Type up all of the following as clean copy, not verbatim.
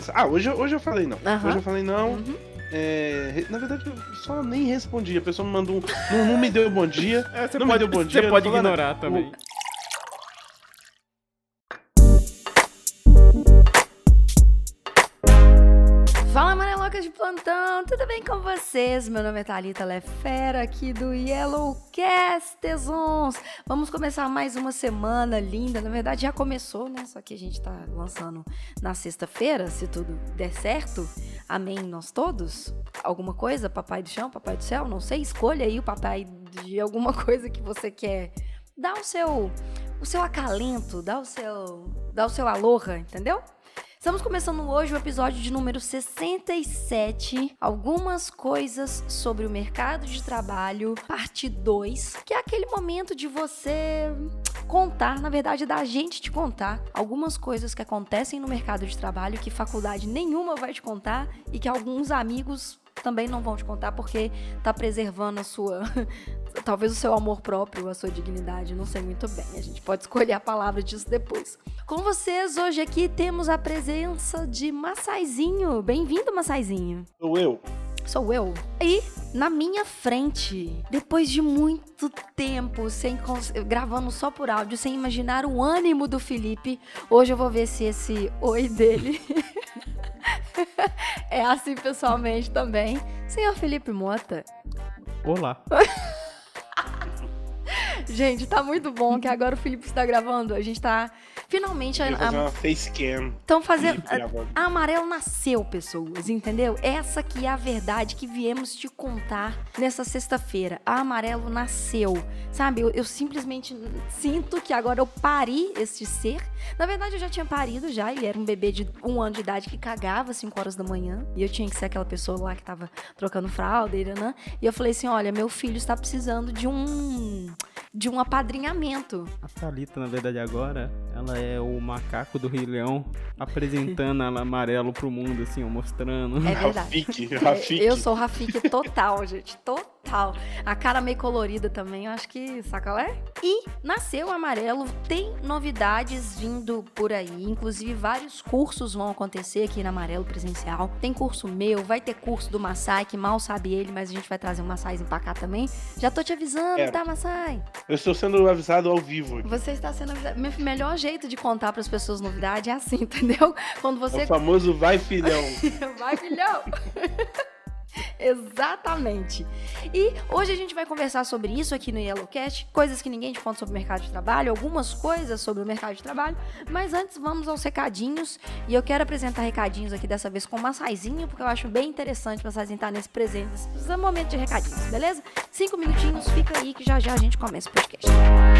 conversa. Hoje eu falei não. Uhum. Hoje eu falei não. Uhum. Na verdade, eu só nem respondi. A pessoa me mandou não me deu bom dia. Me deu bom dia. Você pode ignorar também. Fala, Manelocas de plantão, tudo bem com vocês? Meu nome é Thalita Lefera, aqui do Yellowcast, tesons. Vamos começar mais uma semana linda, na verdade já começou, né? Só que a gente tá lançando na sexta-feira, se tudo der certo. Amém, nós todos? Alguma coisa? Papai do chão, papai do céu? Não sei, escolha aí o papai de alguma coisa que você quer. Dá o seu acalento, dá o seu aloha, entendeu? Estamos começando hoje o episódio de número 67, algumas coisas sobre o mercado de trabalho, parte 2, que é aquele momento de você contar, na verdade da gente te contar, algumas coisas que acontecem no mercado de trabalho que faculdade nenhuma vai te contar e que alguns amigos também não vão te contar porque tá preservando talvez o seu amor próprio, a sua dignidade, não sei muito bem. A gente pode escolher a palavra disso depois. Com vocês, hoje aqui temos a presença de Massaizinho. Bem-vindo, Massaizinho. Sou eu. E na minha frente, depois de muito tempo gravando só por áudio, sem imaginar o ânimo do Felipe, hoje eu vou ver se esse oi dele é assim pessoalmente também. Senhor Felipe Mota. Olá. Gente, tá muito bom que agora o Felipe está gravando. A gente tá finalmente... fazer uma facecam. Estão fazendo... A Amarelo nasceu, pessoas, entendeu? Essa que é a verdade que viemos te contar nessa sexta-feira. A Amarelo nasceu, sabe? Eu simplesmente sinto que agora eu pari este ser. Na verdade, eu já tinha parido já. Ele era um bebê de 1 ano de idade que cagava às 5 horas da manhã. E eu tinha que ser aquela pessoa lá que tava trocando fralda, né? E eu falei assim, olha, meu filho está precisando de um apadrinhamento. A Thalita, na verdade, agora, ela é o macaco do Rei Leão, apresentando ela Amarelo pro mundo, assim, ó, mostrando. É verdade. Rafiki. Eu sou Rafiki total, gente, total. A cara meio colorida também, eu acho que, saca lá? E nasceu Amarelo, tem novidades vindo por aí, inclusive vários cursos vão acontecer aqui na Amarelo presencial. Tem curso meu, vai ter curso do Massai, que mal sabe ele, mas a gente vai trazer um Massaizinho pra cá também. Já tô te avisando, tá, Massai? Eu estou sendo avisado ao vivo. Você está sendo avisado. Meu melhor jeito de contar pras pessoas novidade é assim, entendeu? Quando você... O famoso vai, filhão. Vai, filhão. Exatamente. E hoje a gente vai conversar sobre isso aqui no Yellowcast, coisas que ninguém te conta sobre o mercado de trabalho, algumas coisas sobre o mercado de trabalho, mas antes vamos aos recadinhos, e eu quero apresentar recadinhos aqui dessa vez com o Massaizinho, porque eu acho bem interessante o Massaizinho estar nesse presente, nesse momento de recadinhos, beleza? 5 minutinhos, fica aí que já já a gente começa o podcast.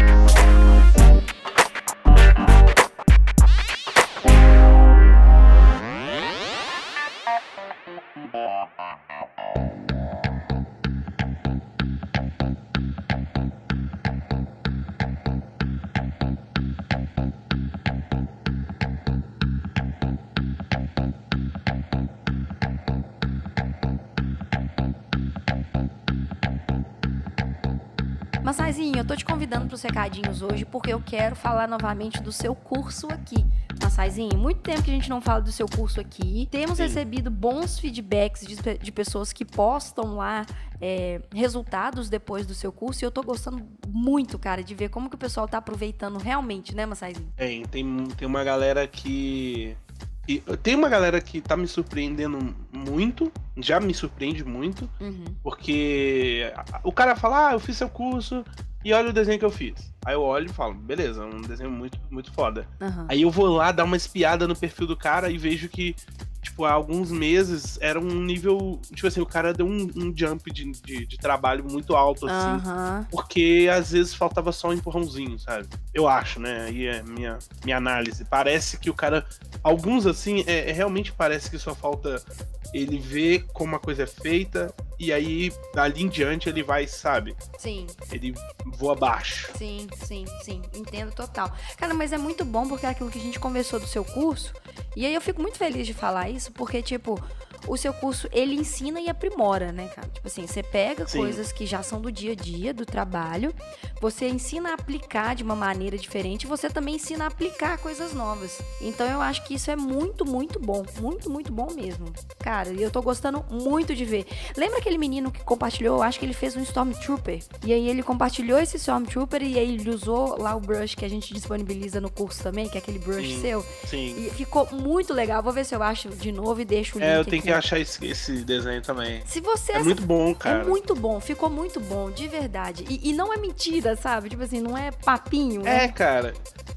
Massaizinho, eu tô te convidando pros recadinhos hoje porque eu quero falar novamente do seu curso aqui. Massaizinho, muito tempo que a gente não fala do seu curso aqui. Temos recebido bons feedbacks de pessoas que postam lá resultados depois do seu curso e eu tô gostando muito, cara, de ver como que o pessoal tá aproveitando realmente, né, Massaizinho? Tem uma galera que... Tem uma galera que tá me surpreendendo muito, já me surpreende muito, porque o cara fala, eu fiz seu curso e olha o desenho que eu fiz. Aí eu olho e falo, beleza, um desenho muito, muito foda. Aí eu vou lá dar uma espiada no perfil do cara e vejo que, tipo, há alguns meses era um nível, tipo assim, o cara deu um jump de trabalho muito alto, assim, porque às vezes faltava só um empurrãozinho, sabe? Eu acho, né? Aí é minha análise. Parece que o cara, alguns assim, realmente parece que só falta ele ver como a coisa é feita e aí, dali em diante, ele vai, sabe? Sim. Ele voa abaixo. Sim. Entendo total. Cara, mas é muito bom porque é aquilo que a gente conversou do seu curso. E aí eu fico muito feliz de falar isso, porque, tipo, o seu curso, ele ensina e aprimora, né, cara? Tipo assim, você pega coisas que já são do dia a dia, do trabalho, você ensina a aplicar de uma maneira diferente, você também ensina a aplicar coisas novas. Então eu acho que isso é muito, muito bom. Muito, muito bom mesmo. Cara, e eu tô gostando muito de ver. Lembra aquele menino que compartilhou? Eu acho que ele fez um Stormtrooper. E aí ele compartilhou esse Stormtrooper e aí ele usou lá o brush que a gente disponibiliza no curso também, que é aquele brush seu. Sim. E ficou muito legal. Vou ver se eu acho de novo e deixo o link eu tenho aqui. que achar esse desenho também. Se você é muito bom, cara. É muito bom, ficou muito bom, de verdade. E não é mentira, sabe? Tipo assim, não é papinho. É, né? Cara.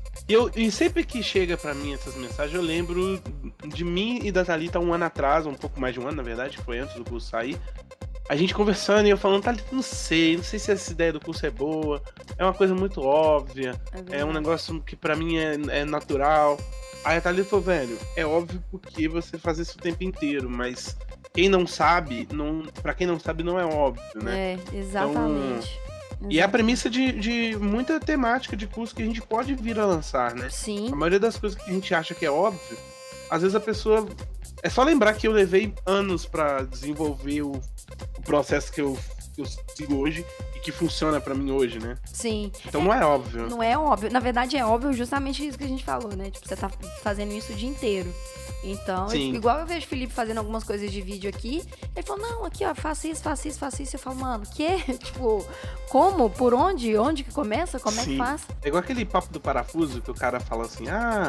E sempre que chega pra mim essas mensagens, eu lembro de mim e da Thalita um ano atrás, um pouco mais de um ano, na verdade, foi antes do curso sair. A gente conversando e eu falando, Thalita, não sei se essa ideia do curso é boa, é uma coisa muito óbvia, é um negócio que pra mim é natural. Aí a Thalita falou, velho, é óbvio porque você faz isso o tempo inteiro, mas quem não sabe, pra quem não sabe não é óbvio, né? É, exatamente. Então, e é a premissa de muita temática de curso que a gente pode vir a lançar, né? Sim. A maioria das coisas que a gente acha que é óbvio, às vezes a pessoa... É só lembrar que eu levei anos pra desenvolver o processo que eu sigo hoje e que funciona pra mim hoje, né? Sim. Então não é óbvio. Não é óbvio. Na verdade é óbvio justamente isso que a gente falou, né? Tipo, você tá fazendo isso o dia inteiro. Então, igual eu vejo o Felipe fazendo algumas coisas de vídeo aqui, ele falou, não, aqui ó, faça isso. Eu falo, mano, quê? Tipo, como? Por onde? Onde que começa? Como é que faz? É igual aquele papo do parafuso que o cara fala assim,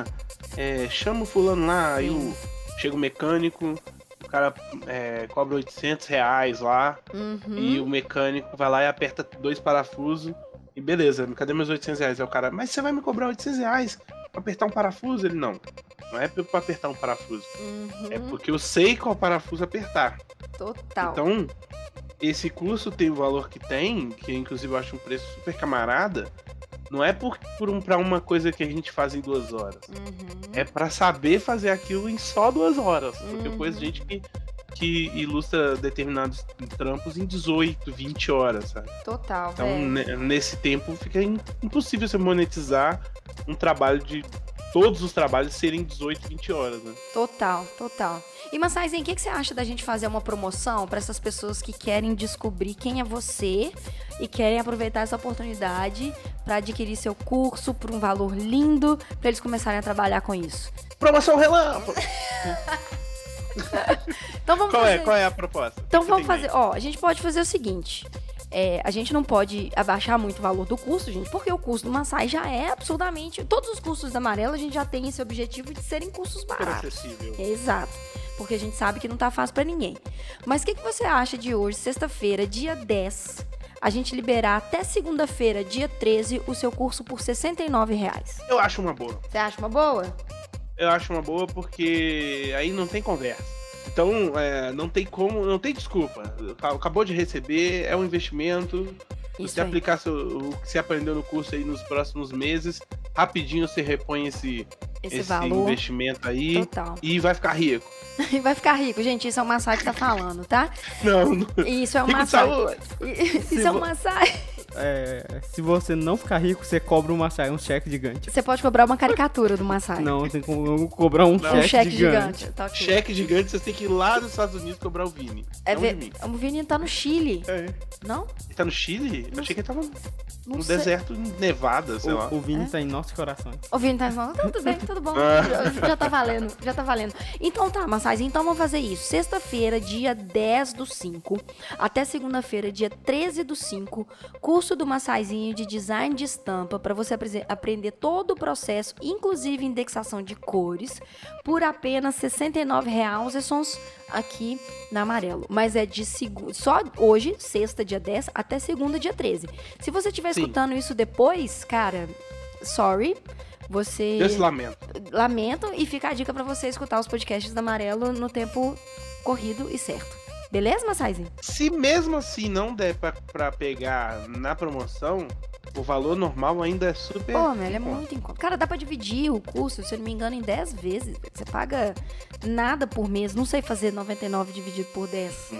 chama o fulano lá, aí chega o mecânico, o cara cobra R$800 lá, e o mecânico vai lá e aperta 2 parafusos, e beleza, cadê meus R$800? Aí o cara, mas você vai me cobrar R$800 pra apertar um parafuso? Ele, não é pra apertar um parafuso, é porque eu sei qual parafuso apertar. Total. Então, esse curso tem o valor que tem, que inclusive eu acho um preço super camarada, não é pra uma coisa que a gente faz em 2 horas. É pra saber fazer aquilo em só 2 horas. Porque eu conheço gente que ilustra determinados trampos em 18, 20 horas, sabe? Total, então, nesse tempo fica impossível você monetizar um trabalho de... Todos os trabalhos serem 18, 20 horas, né? Total. E, Massaizinho, o que você acha da gente fazer uma promoção para essas pessoas que querem descobrir quem é você e querem aproveitar essa oportunidade para adquirir seu curso por um valor lindo, para eles começarem a trabalhar com isso? Promoção relâmpago! Então vamos Qual é a proposta? Então vamos fazer... a gente pode fazer o seguinte... a gente não pode abaixar muito o valor do curso, gente, porque o curso do Massai já é absurdamente... Todos os cursos da Amarela, a gente já tem esse objetivo de serem cursos baratos. Acessível. Exato. Porque a gente sabe que não tá fácil pra ninguém. Mas o que você acha de hoje, sexta-feira, dia 10, a gente liberar até segunda-feira, dia 13, o seu curso por R$69? Eu acho uma boa. Você acha uma boa? Eu acho uma boa porque aí não tem conversa. Então, não tem desculpa. Acabou de receber, é um investimento. Isso se aí. Aplicar o que você aprendeu no curso aí nos próximos meses, rapidinho você repõe esse valor, investimento aí. Total. E vai ficar rico. Vai ficar rico, gente. Isso é o Massai que tá falando, tá? Não. Isso é o Massai. Isso é o Massai. Se você não ficar rico, você cobra um Massai, um cheque gigante. Você pode cobrar uma caricatura do Massai. Não, tem como cobrar um cheque gigante. Tá okay. Cheque gigante, você tem que ir lá nos Estados Unidos cobrar o Vini. O Vini tá no Chile. Não? Ele tá no Chile? Eu achei que ele tava no sei. deserto, Nevada, sei lá. O Vini tá em nossos corações. O Vini tá em nossos corações. Tudo bem, tudo bom. Já tá valendo. Então tá, Massais, então vamos fazer isso. Sexta-feira, dia 10/5, até segunda-feira, dia 13/5, curso do Massaizinho de design de estampa, pra você aprender todo o processo, inclusive indexação de cores, por apenas R$69 aqui na Amarelo. Mas é de só hoje, sexta, dia 10, até segunda, dia 13. Se você estiver escutando isso depois, cara, sorry, você... Eu se lamento. Lamento, e fica a dica pra você escutar os podcasts da Amarelo no tempo corrido e certo. Beleza, Massaizinho? Se mesmo assim não der pra pegar na promoção, o valor normal ainda é super... Pô, velho, é muito em conta. Cara, dá pra dividir o curso, se eu não me engano, em 10 vezes. Você paga nada por mês. Não sei fazer 99 dividido por 10.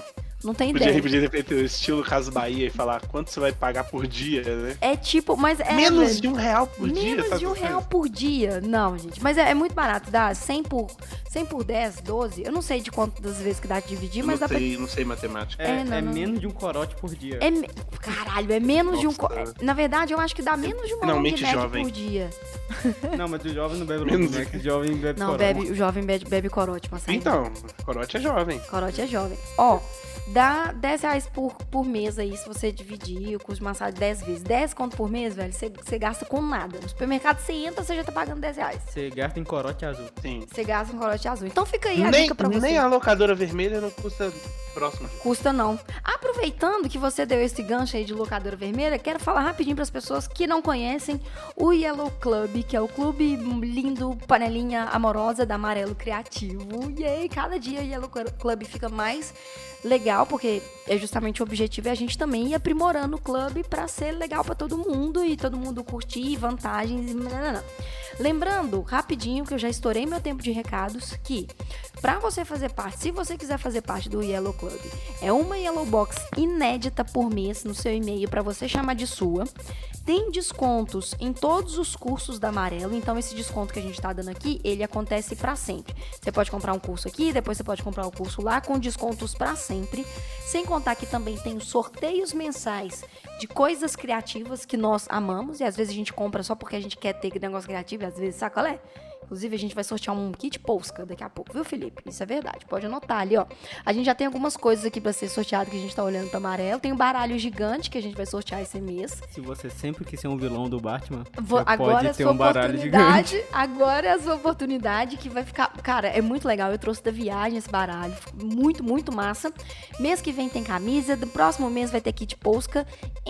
Não tem ideia. Podia ter feito o estilo Casa Bahia e falar quanto você vai pagar por dia, né? É tipo, mas é... Menos de R$1 por dia, Menos de R$1 por dia. Não, gente. Mas é muito barato. Dá 100 por 10, 12. Eu não sei de quantas vezes que dá de dividir, mas dá pra... Não sei matemática. Menos de um corote por dia. Caralho, é menos de um... Na verdade, eu acho que dá menos de uma long neck por dia. Não, mas o jovem não bebe long neck. O jovem bebe corote. O jovem bebe corote. Então, corote é jovem. Corote é jovem. Ó, dá R$10 por mês aí, se você dividir o custo de massagem 10 vezes. 10 conto por mês, velho, você gasta com nada. No supermercado você entra, você já tá pagando R$10. Você gasta em corote azul. Sim. Você gasta em corote azul. Então fica aí a dica pra você. Nem a locadora vermelha não custa próximo. Custa não. Aproveitando que você deu esse gancho aí de locadora vermelha, quero falar rapidinho pras pessoas que não conhecem o Yellow Club, que é o clube lindo, panelinha amorosa da Amarelo Criativo. E aí, cada dia o Yellow Club fica mais legal, porque é justamente o objetivo é a gente também ir aprimorando o clube pra ser legal pra todo mundo e todo mundo curtir vantagens e nananã. Lembrando, rapidinho, que eu já estourei meu tempo de recados, que pra você fazer parte, se você quiser fazer parte do Yellow Club, é uma Yellow Box inédita por mês no seu e-mail pra você chamar de sua. Tem descontos em todos os cursos da Amarelo, então esse desconto que a gente tá dando aqui, ele acontece pra sempre. Você pode comprar um curso aqui, depois você pode comprar um curso lá, com descontos pra sempre. Sem contar que também tem os sorteios mensais de coisas criativas que nós amamos, e às vezes a gente compra só porque a gente quer ter negócio criativo, e às vezes, sabe qual é? Inclusive, a gente vai sortear um kit Polska daqui a pouco, viu, Felipe? Isso é verdade, pode anotar ali, ó. A gente já tem algumas coisas aqui pra ser sorteado que a gente tá olhando pra Amarelo. Tem um baralho gigante que a gente vai sortear esse mês. Se você sempre quis ser um vilão do Batman, agora pode ter um baralho gigante. Agora é a sua oportunidade que vai ficar... Cara, é muito legal. Eu trouxe da viagem esse baralho. Muito, muito massa. Mês que vem tem camisa. Do próximo mês vai ter kit Polska.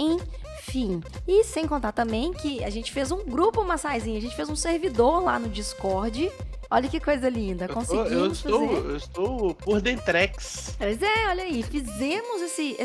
Enfim. E sem contar também que a gente fez um grupo Massaizinho. A gente fez um servidor lá no Discord. Olha que coisa linda. Conseguimos fazer. Eu estou por dentrex. Pois é, olha aí. Fizemos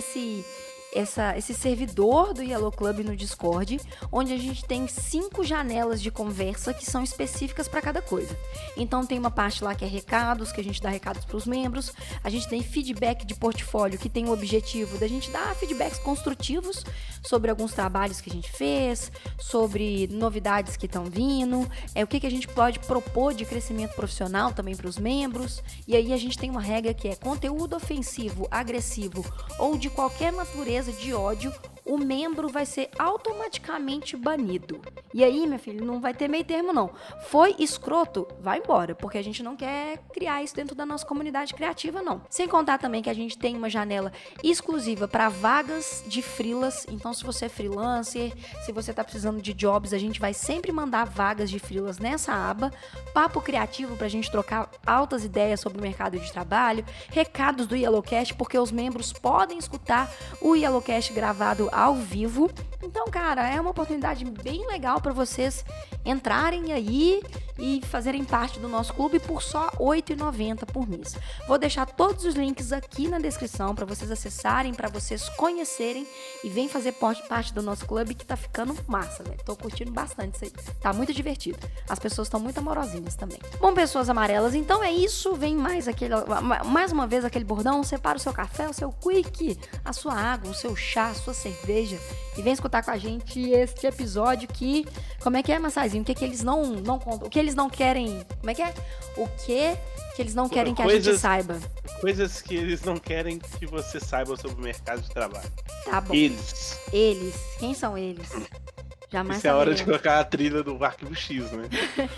esse servidor do Yellow Club no Discord, onde a gente tem 5 janelas de conversa que são específicas para cada coisa. Então tem uma parte lá que é recados, que a gente dá recados para os membros. A gente tem feedback de portfólio, que tem o objetivo da gente dar feedbacks construtivos sobre alguns trabalhos que a gente fez, sobre novidades que estão vindo, o que a gente pode propor de crescimento profissional também para os membros. E aí a gente tem uma regra que é conteúdo ofensivo, agressivo ou de qualquer natureza de ódio, o membro vai ser automaticamente banido. E aí, minha filha, não vai ter meio termo, não. Foi escroto? Vai embora, porque a gente não quer criar isso dentro da nossa comunidade criativa, não. Sem contar também que a gente tem uma janela exclusiva para vagas de freelas. Então, se você é freelancer, se você tá precisando de jobs, a gente vai sempre mandar vagas de freelas nessa aba. Papo criativo pra gente trocar altas ideias sobre o mercado de trabalho. Recados do Yellowcast, porque os membros podem escutar o Yellowcast gravado ao vivo. Então, cara, é uma oportunidade bem legal para vocês entrarem aí e fazerem parte do nosso clube por só R$ 8,90 por mês. Vou deixar todos os links aqui na descrição para vocês acessarem, para vocês conhecerem e vem fazer parte do nosso clube, que tá ficando massa, velho. Tô curtindo bastante isso aí. Tá muito divertido. As pessoas estão muito amorosinhas também. Bom, pessoas amarelas, então é isso. Vem mais uma vez aquele bordão. Separa o seu café, o seu quick, a sua água, o seu chá, a sua cerveja e vem escutar com a gente este episódio que... Como é que é, Massaizinho? O que eles não contam? O que eles não querem... Como é que é? O que eles não querem que a gente saiba? Coisas que eles não querem que você saiba sobre o mercado de trabalho. Tá bom. Eles. Quem são eles? Jamais Isso é a hora de colocar a trilha do Arquivo X, né?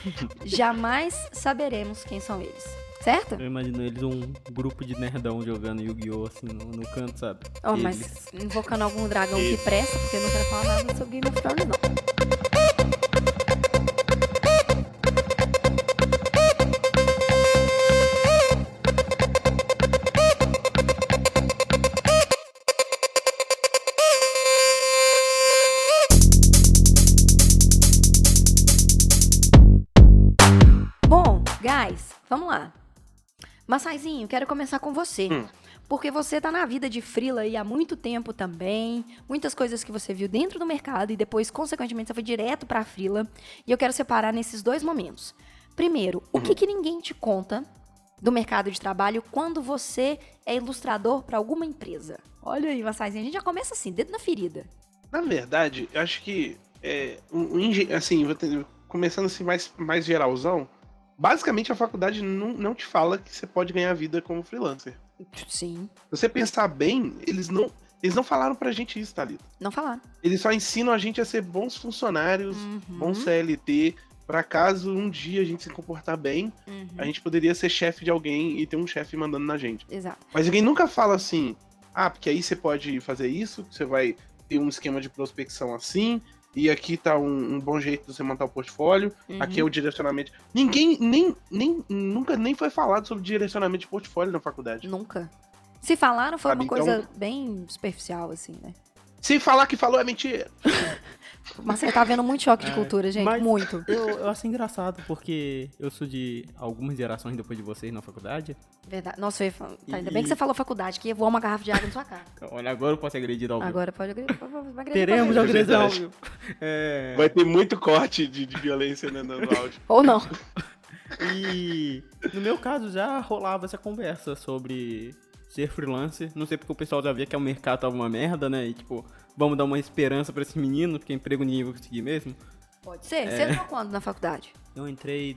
Jamais saberemos quem são eles. Certo? Eu imagino eles um grupo de nerdão jogando Yu-Gi-Oh! Assim no canto, sabe? Oh, mas invocando algum dragão que presta, porque eu não quero falar nada sobre Game of Thrones, não. Bom, guys, vamos lá. Massaizinho, quero começar com você. Porque você tá na vida de freela aí há muito tempo também. Muitas coisas que você viu dentro do mercado e depois, consequentemente, você foi direto pra freela. E eu quero separar nesses dois momentos. Primeiro, o que ninguém te conta do mercado de trabalho quando você é ilustrador para alguma empresa? Olha aí, Vassaizinho, a gente já começa assim, dedo na ferida. Na verdade, eu acho que, assim, começando assim mais geralzão, basicamente a faculdade não te fala que você pode ganhar vida como freelancer. Sim. Se você pensar bem, eles não falaram pra gente isso, Thalita. Não falaram. Eles só ensinam a gente a ser bons funcionários, bons CLT, pra caso um dia a gente se comportar bem, a gente poderia ser chefe de alguém e ter um chefe mandando na gente. Exato. Mas ninguém nunca fala assim, porque aí você pode fazer isso, você vai ter um esquema de prospecção assim, e aqui tá um bom jeito de você montar o portfólio, aqui é o direcionamento. Ninguém nunca foi falado sobre direcionamento de portfólio na faculdade. Nunca. Se falaram, foi Sabe, uma coisa então, bem superficial, assim, né? Se falar que falou é mentira. Mas você tá vendo muito choque de cultura, gente, mas muito. Eu acho engraçado, porque eu sou de algumas gerações depois de vocês na faculdade. Verdade. Nossa, ainda bem que você falou faculdade, que ia voar uma garrafa de água na sua cara. Olha, agora eu posso agredir ao vivo. Agora pode agredir. Teremos ao agressão ao vivo. vivo. Vai ter muito corte de violência no áudio. Ou não. E no meu caso já rolava essa conversa sobre ser freelancer. Não sei porque o pessoal já via que o mercado tava uma merda, né? E tipo, vamos dar uma esperança pra esse menino, porque emprego ninguém vai conseguir mesmo. Pode ser. Você entrou quando na faculdade? Eu entrei em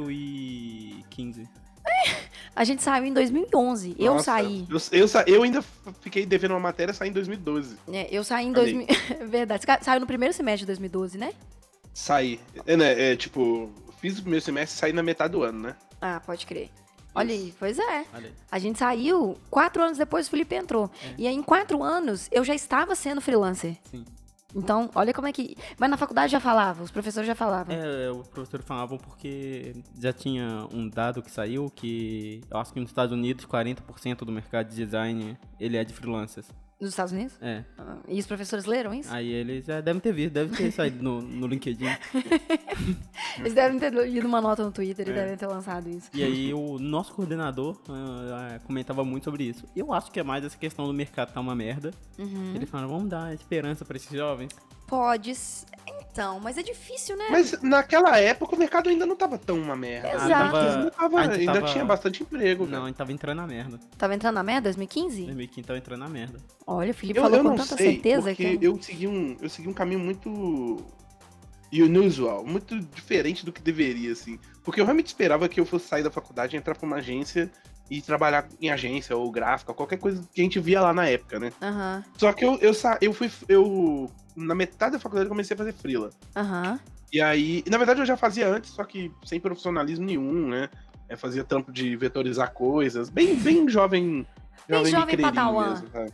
2015. A gente saiu em 2011. Eu Nossa, saí. Eu ainda fiquei devendo uma matéria, saí em 2012. Eu saí em 2000. Verdade. Você saiu no primeiro semestre de 2012, né? Saí. Fiz o primeiro semestre e saí na metade do ano, né? Ah, pode crer. Olha aí, pois é. Olha aí. A gente saiu, 4 anos depois o Felipe entrou. E aí, em 4 anos, eu já estava sendo freelancer. Sim. Então, olha como é que... Mas na faculdade já falava, os professores já falavam. Os professores falavam porque já tinha um dado que saiu que eu acho que nos Estados Unidos 40% do mercado de design ele é de freelancers. Nos Estados Unidos? É. E os professores leram isso? Aí eles já devem ter visto, devem ter saído no LinkedIn. Eles devem ter lido uma nota no Twitter e devem ter lançado isso. E aí o nosso coordenador comentava muito sobre isso. Eu acho que é mais essa questão do mercado tá uma merda. Ele fala, vamos dar esperança pra esses jovens. Pode. Então, mas é difícil, né? Mas naquela época o mercado ainda não tava tão uma merda. Exato. Ainda tinha bastante emprego. Não, a gente tava entrando na merda. Tava entrando na merda? 2015? 2015 tava entrando na merda. Olha, o Felipe falou com tanta certeza que... Eu segui um caminho muito unusual, muito diferente do que deveria, assim. Porque eu realmente esperava que eu fosse sair da faculdade, entrar pra uma agência e trabalhar em agência ou gráfica, qualquer coisa que a gente via lá na época, né? Só que eu na metade da faculdade eu comecei a fazer freela. E aí, na verdade eu já fazia antes, só que sem profissionalismo nenhum, né? Fazia trampo de vetorizar coisas, bem jovem padawan mesmo, sabe?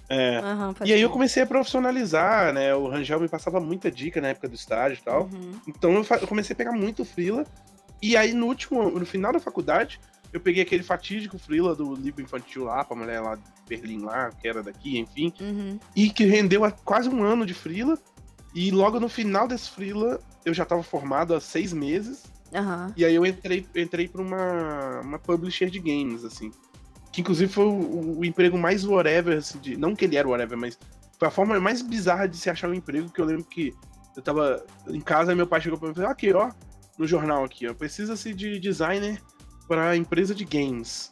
E aí eu comecei a profissionalizar, né? O Rangel me passava muita dica na época do estágio e tal. Então eu comecei a pegar muito freela. E aí no final da faculdade, eu peguei aquele fatídico freela do livro infantil lá, pra mulher lá de Berlim lá, que era daqui, enfim. E que rendeu quase um ano de freela. E logo no final desse freela, eu já tava formado há 6 meses. E aí eu entrei pra uma publisher de games, assim. Que inclusive foi o emprego mais whatever, assim, não que ele era whatever, mas foi a forma mais bizarra de se achar um emprego, que eu lembro que eu tava em casa e meu pai chegou pra mim e falou, aqui, ó, no jornal aqui, ó, precisa-se de designer pra empresa de games.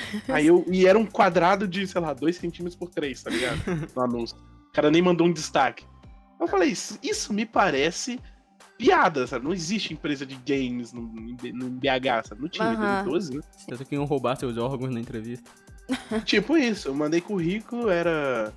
E era um quadrado de, sei lá, 2 centímetros por 3, tá ligado? No anúncio. O cara nem mandou um destaque. Eu falei, isso me parece piada, sabe? Não existe empresa de games no BH, sabe? Não tinha em 2012, né? Você só queriam roubar seus órgãos na entrevista. Tipo isso, eu mandei currículo, era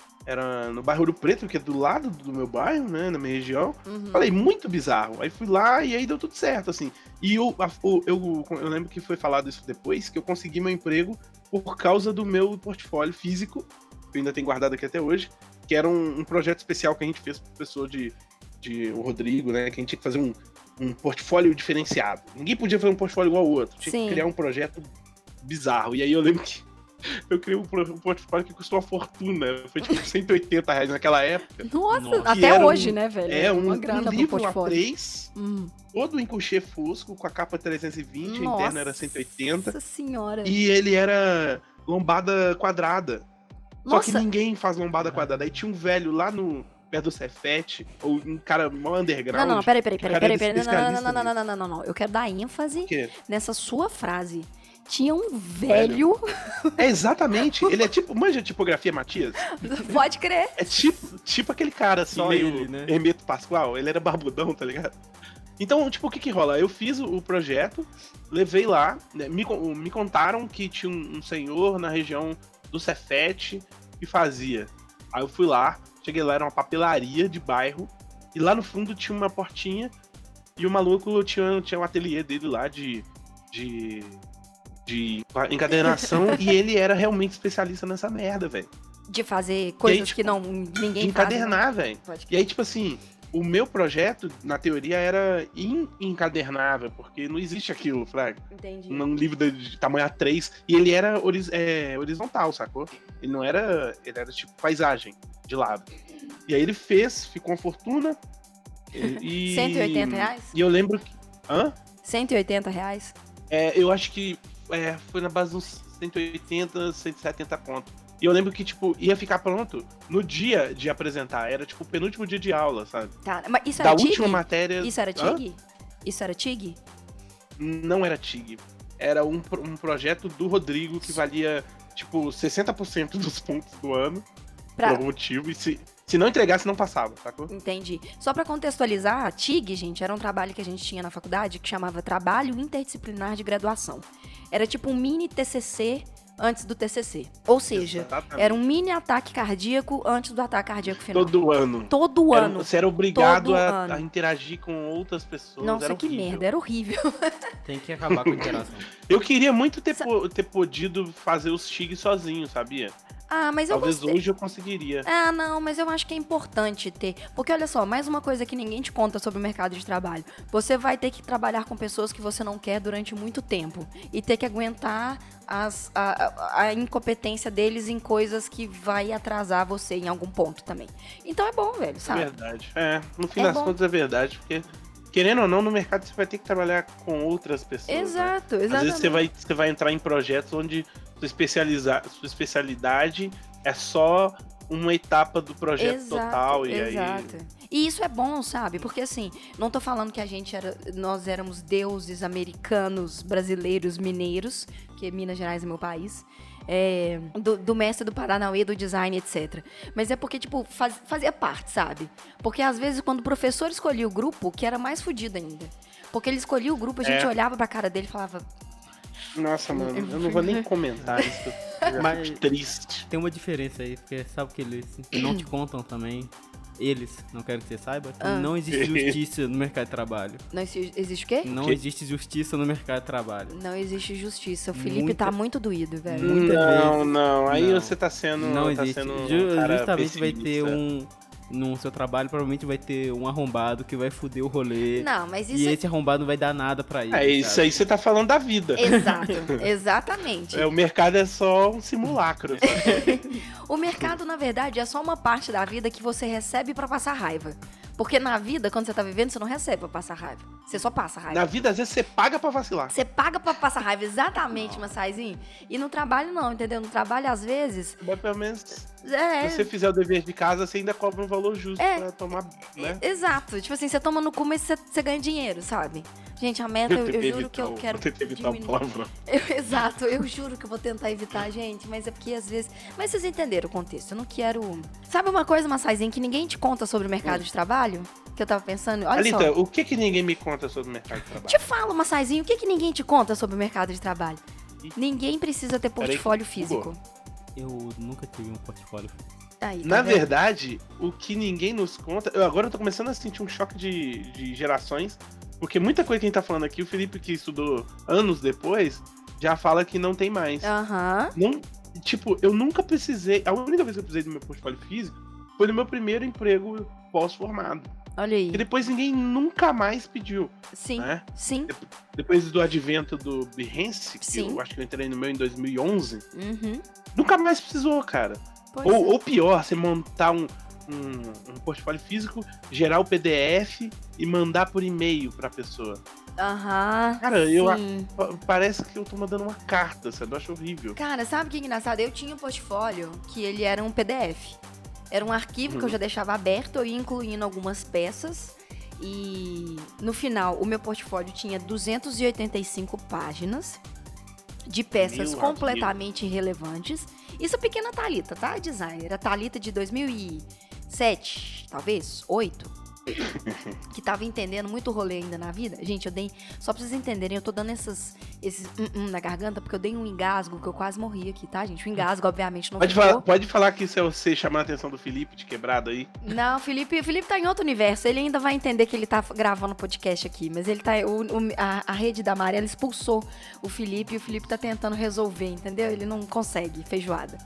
no bairro Ouro Preto, que é do lado do meu bairro, né, na minha região. Falei, muito bizarro. Aí fui lá e aí deu tudo certo, assim. E eu lembro que foi falado isso depois, que eu consegui meu emprego por causa do meu portfólio físico, que eu ainda tenho guardado aqui até hoje, que era um projeto especial que a gente fez pro professor o Rodrigo, né, que a gente tinha que fazer um portfólio diferenciado. Ninguém podia fazer um portfólio igual ao outro. Tinha que criar um projeto bizarro. E aí eu lembro que eu criei um portfólio que custou uma fortuna. Foi tipo R$180 naquela época. Nossa, até hoje, né, velho? Um grana livro pro portfólio. A3, todo em couchê fosco, com a capa 320, a interna era 180. Nossa senhora. E ele era lombada quadrada. Nossa. Só que ninguém faz lombada quadrada. Aí tinha um velho lá perto do Cefet, ou um cara mó underground. Não, peraí. Não. Eu quero dar ênfase nessa sua frase. tinha um velho... É exatamente, ele é tipo, manja tipografia Matias? Pode crer. É tipo aquele cara assim, Só meio ele, né? Hermeto Pascoal, ele era barbudão, tá ligado? Então, tipo, o que rola? Eu fiz o projeto, levei lá, né, me contaram que tinha um senhor na região do Cefete que fazia. Aí eu fui lá, cheguei lá, era uma papelaria de bairro, e lá no fundo tinha uma portinha, e o maluco tinha um ateliê dele lá de encadernação, e ele era realmente especialista nessa merda, velho. De fazer coisas aí, tipo, que ninguém faz. De encadernar, velho. E aí, tipo assim, o meu projeto, na teoria, era encadernável, porque não existe aquilo, Fraga. Entendi. Um livro de tamanho A3, e ele era horizontal, sacou? Ele não era... Ele era tipo paisagem, de lado. E aí ele fez, ficou uma fortuna. E, 180 reais? E eu lembro que... Hã? 180 reais? Eu acho que foi na base dos 180, 170 conto. E eu lembro que, tipo, ia ficar pronto no dia de apresentar. Era, tipo, o penúltimo dia de aula, sabe? Tá, mas isso era da TIG? última matéria... Isso era TIG? Isso era TIG? Não era TIG. Era um projeto do Rodrigo que valia, tipo, 60% dos pontos do ano. Por algum motivo. E se não entregasse, não passava, sacou? Entendi. Só pra contextualizar, a TIG, gente, era um trabalho que a gente tinha na faculdade que chamava Trabalho Interdisciplinar de Graduação. Era tipo um mini TCC antes do TCC. Ou seja, exatamente, era um mini ataque cardíaco antes do ataque cardíaco final. Todo ano. Todo ano. Você era obrigado a interagir com outras pessoas. Nossa, era que horrível. merda, era horrível. Tem que acabar com a interação. Eu queria muito ter podido fazer os TIG sozinho, sabia? Ah, mas talvez hoje eu conseguiria. Ah, não, mas eu acho que é importante ter. Porque olha só, mais uma coisa que ninguém te conta sobre o mercado de trabalho. Você vai ter que trabalhar com pessoas que você não quer durante muito tempo. E ter que aguentar a incompetência deles em coisas que vai atrasar você em algum ponto também. Então é bom, velho, sabe? É verdade. No fim das contas é verdade, porque... Querendo ou não, no mercado você vai ter que trabalhar com outras pessoas. Exato, né? exatamente. Às vezes você vai entrar em projetos onde sua especialidade é só uma etapa do projeto total. Exato. E isso é bom, sabe? Porque assim, não tô falando que nós éramos deuses americanos, brasileiros, mineiros, que Minas Gerais é meu país. Do mestre do Paranauê, do design, etc. Mas é porque, tipo, fazia parte, sabe? Porque às vezes quando o professor escolhia o grupo, que era mais fodido ainda. Porque ele escolhia o grupo, a gente olhava pra cara dele e falava... Nossa, mano, eu não vou nem comentar isso. Mas triste. Tem uma diferença aí, porque sabe que eles não te contam também. Eles não querem que você saiba que não existe justiça no mercado de trabalho. Não existe o quê? Não existe justiça no mercado de trabalho. Não existe justiça. O Felipe tá muito doído, velho. Não. Aí você tá sendo... Não tá existe. Sendo um cara justamente vai ter pessimista. No seu trabalho, provavelmente vai ter um arrombado que vai foder o rolê. Não, mas isso... E esse arrombado não vai dar nada pra ele. Isso aí você tá falando da vida. Exato, exatamente. O mercado é só um simulacro. O mercado, na verdade, é só uma parte da vida que você recebe pra passar raiva. Porque na vida, quando você tá vivendo, você não recebe pra passar raiva. Você só passa raiva. Na vida, às vezes, você paga pra vacilar. Você paga pra passar raiva, exatamente, Massaizinho. E no trabalho, não, entendeu? No trabalho, às vezes... Mas pelo menos, se você fizer o dever de casa, você ainda cobra um valor justo pra tomar, né? Exato. Tipo assim, você toma no cu, mas você ganha dinheiro, sabe? Gente, a meta, eu juro que eu quero diminuir. Exato, eu juro que eu vou tentar evitar, gente. Mas é porque, às vezes... Mas vocês entenderam o contexto. Eu não quero... Sabe uma coisa, Massaizinho, que ninguém te conta sobre o mercado de trabalho? Que eu tava pensando, olha Alita, só. O que ninguém me conta sobre o mercado de trabalho? Te falo, Massaizinho, o que ninguém te conta sobre o mercado de trabalho? Ninguém precisa ter portfólio físico. Eu nunca tive um portfólio físico. Aí, tá Na vendo? verdade, o que ninguém nos conta... Agora eu tô começando a sentir um choque de gerações, porque muita coisa que a gente tá falando aqui, o Felipe, que estudou anos depois, já fala que não tem mais. Não, tipo, eu nunca precisei... A única vez que eu precisei do meu portfólio físico foi no meu primeiro emprego pós-formado. Olha aí. E depois ninguém nunca mais pediu. Sim, né? sim. Depois do advento do Behance, que Sim. eu acho que eu entrei no meu em 2011, Uhum. nunca mais precisou, cara. Pois é. Ou pior, você montar um portfólio físico, gerar o PDF e mandar por e-mail pra pessoa. Aham. Cara, sim. parece que eu tô mandando uma carta, sabe? Eu acho horrível. Cara, sabe o que é engraçado? Eu tinha um portfólio que ele era um PDF. Era um arquivo que eu já deixava aberto, eu ia incluindo algumas peças. E no final, o meu portfólio tinha 285 páginas. de peças completamente irrelevantes. Isso é pequena Thalita, tá? Designer. A Thalita de 2007, talvez, 2008. Que tava entendendo muito rolê ainda na vida. Gente, eu dei... Só pra vocês entenderem, eu tô dando esses na garganta, porque eu dei um engasgo que eu quase morri aqui, tá, gente? O engasgo, obviamente, não pode falar que isso é você chamando a atenção do Felipe de quebrado aí? Não, o Felipe tá em outro universo. Ele ainda vai entender que ele tá gravando podcast aqui. Mas ele tá... a rede da Mariela expulsou o Felipe e o Felipe tá tentando resolver, entendeu? Ele não consegue, feijoada.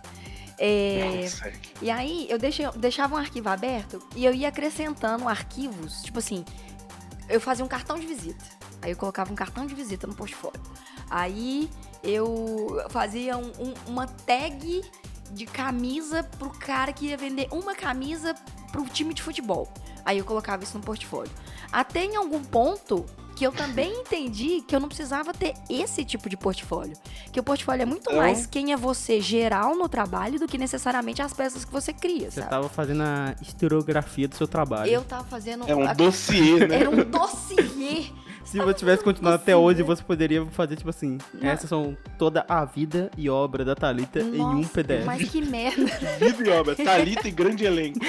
E aí, eu deixava um arquivo aberto e eu ia acrescentando arquivos, tipo assim, eu fazia um cartão de visita. Aí eu colocava um cartão de visita no portfólio. Aí eu fazia uma tag de camisa pro cara que ia vender uma camisa pro time de futebol. Aí eu colocava isso no portfólio. Até em algum ponto que eu também entendi que eu não precisava ter esse tipo de portfólio. Que o portfólio é muito mais quem é você geral no trabalho do que necessariamente as peças que você cria, sabe? Você tava fazendo a historiografia do seu trabalho. Eu tava fazendo... É um dossiê, né? Era um dossiê. Se você tivesse continuado até hoje, você poderia fazer, tipo assim, essas são toda a vida e obra da Thalita em um PDF. Mas que merda. Vida e obra, Thalita e grande elenco.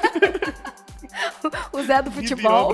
O Zé do futebol.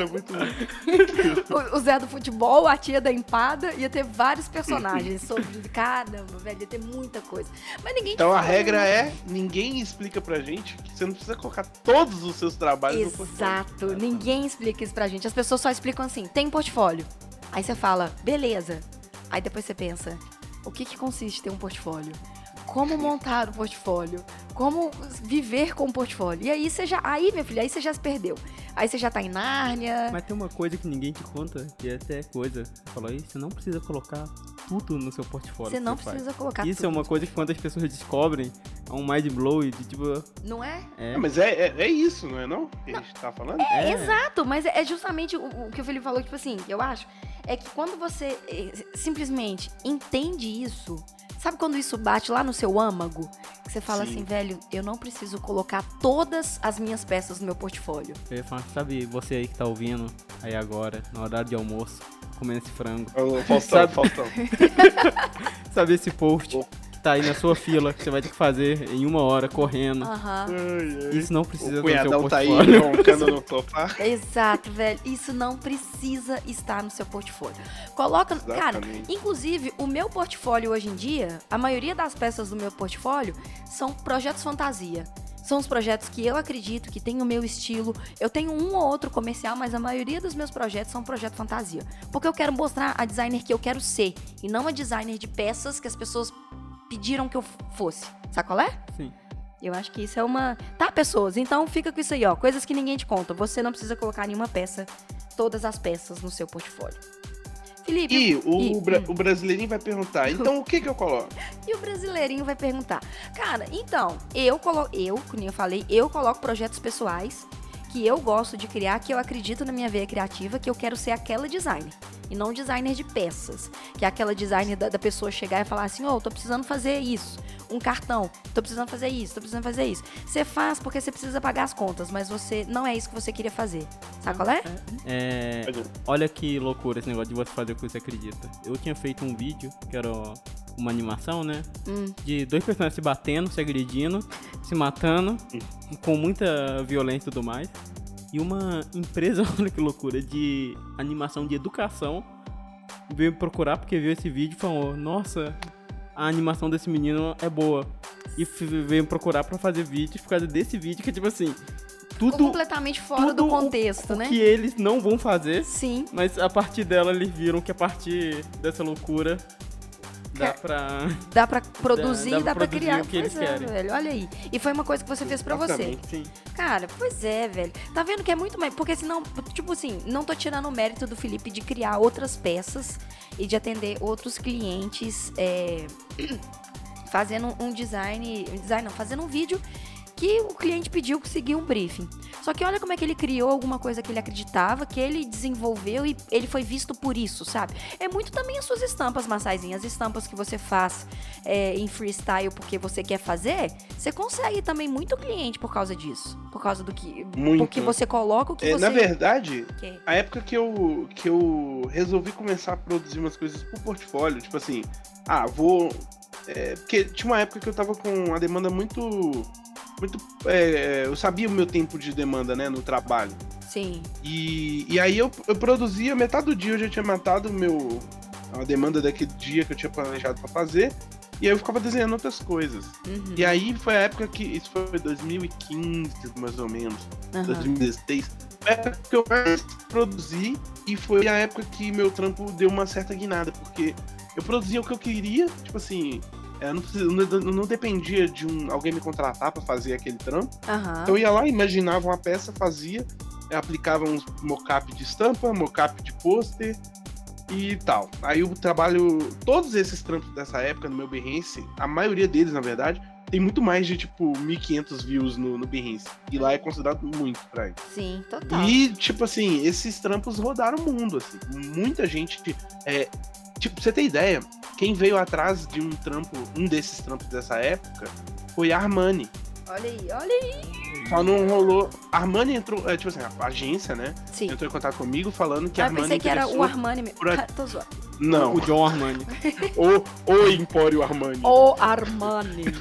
O Zé do futebol, a tia da empada, ia ter vários personagens sobre caramba, velho, ia ter muita coisa. Mas ninguém Então a regra é, ninguém explica pra gente que você não precisa colocar todos os seus trabalhos no portfólio. Exato, ninguém explica isso pra gente. As pessoas só explicam assim, tem portfólio. Aí você fala, beleza. Aí depois você pensa, o que consiste ter um portfólio? Como montar um portfólio? Como viver com um portfólio? E aí você já... Aí, minha filha, aí você já se perdeu. Aí você já tá em Nárnia. Mas tem uma coisa que ninguém te conta, que é até coisa. Você falou aí, você não precisa colocar tudo no seu portfólio. Você não precisa colocar tudo. Isso é uma coisa que quando as pessoas descobrem, é um mind blow de tipo... Não é? Mas é isso, não é não? Que a gente tá falando? Exato, mas é justamente o que o Felipe falou, tipo assim, eu acho, é que quando você simplesmente entende isso... Sabe quando isso bate lá no seu âmago? Que você fala assim, velho, eu não preciso colocar todas as minhas peças no meu portfólio. Eu ia falar, sabe você aí que tá ouvindo aí agora, no horário de almoço, comendo esse frango. Faustão. Sabe esse post que tá aí na sua fila, que você vai ter que fazer em 1 hora, correndo. Isso não precisa do seu portfólio. Tá aí roncando no sofá. Exato, velho. Isso não precisa estar no seu portfólio. Coloca... Exatamente. Cara, inclusive, o meu portfólio hoje em dia, a maioria das peças do meu portfólio são projetos fantasia. São os projetos que eu acredito que tem o meu estilo. Eu tenho um ou outro comercial, mas a maioria dos meus projetos são projeto fantasia. Porque eu quero mostrar a designer que eu quero ser. E não a designer de peças que as pessoas pediram que eu fosse. Sabe qual é? Sim. Eu acho que isso é uma... Tá, pessoas? Então fica com isso aí, ó. Coisas que ninguém te conta. Você não precisa colocar nenhuma peça, todas as peças no seu portfólio. Felipe... E o brasileirinho vai perguntar, então o que eu coloco? E o brasileirinho vai perguntar. Cara, então, como eu falei, eu coloco projetos pessoais que eu gosto de criar, que eu acredito na minha veia criativa, que eu quero ser aquela designer. E não designer de peças. Que é aquela designer da pessoa chegar e falar assim, tô precisando fazer isso. Um cartão, tô precisando fazer isso, tô precisando fazer isso. Você faz porque você precisa pagar as contas, mas você não é isso que você queria fazer. Sabe qual é? Olha que loucura esse negócio de você fazer o que você acredita. Eu tinha feito um vídeo, que era uma animação, né? De 2 personagens se batendo, se agredindo, se matando, com muita violência e tudo mais. E uma empresa, olha que loucura, de animação de educação veio me procurar porque viu esse vídeo e falou, nossa, a animação desse menino é boa. E veio me procurar pra fazer vídeos por causa desse vídeo, que é tipo assim, tudo completamente fora do contexto, né? Que eles não vão fazer. Sim. Mas a partir dela eles viram que a partir dessa loucura dá pra produzir e dá pra criar. O que eles querem. Velho, olha aí. E foi uma coisa que você fez pra você. Sim. Cara, pois é, velho. Tá vendo que é muito mais... Porque senão, tipo assim, não tô tirando o mérito do Felipe de criar outras peças e de atender outros clientes fazendo fazendo um vídeo que o cliente pediu que seguia um briefing. Só que olha como é que ele criou alguma coisa que ele acreditava, que ele desenvolveu e ele foi visto por isso, sabe? É muito também as suas estampas, Massaizinho. As estampas que você faz em freestyle porque você quer fazer, você consegue também muito cliente por causa disso. Por causa do que... Muito. Porque você coloca o que você... Na verdade, a época que eu resolvi começar a produzir umas coisas pro portfólio, tipo assim, vou... porque tinha uma época que eu tava com a demanda muito eu sabia o meu tempo de demanda, né, no trabalho. Sim. E aí eu produzia, metade do dia eu já tinha matado a demanda daquele dia que eu tinha planejado pra fazer, e aí eu ficava desenhando outras coisas. Uhum. E aí foi a época que, isso foi 2015, mais ou menos, 2016, foi a época que eu mais produzi, e foi a época que meu trampo deu uma certa guinada, porque eu produzia o que eu queria, tipo assim... não dependia de alguém me contratar pra fazer aquele trampo. Então eu ia lá, imaginava uma peça, fazia, aplicava uns mockup de estampa, mockup de pôster e tal. Aí o trabalho, todos esses trampos dessa época no meu Behance, a maioria deles, na verdade, tem muito mais de, tipo, 1.500 views no Behance. E lá é considerado muito pra ele. Sim, total. E, tipo assim, esses trampos rodaram o mundo, assim. Muita gente... Tipo, pra você ter ideia, quem veio atrás de um desses trampos dessa época foi a Armani. Olha aí. Só não rolou. A Armani entrou, tipo assim, a agência, né? Sim. Entrou em contato comigo falando que a Armani. Eu pensei que era o Armani mesmo. Tô zoando. Não. O John Armani. O Empório Armani. O Armani.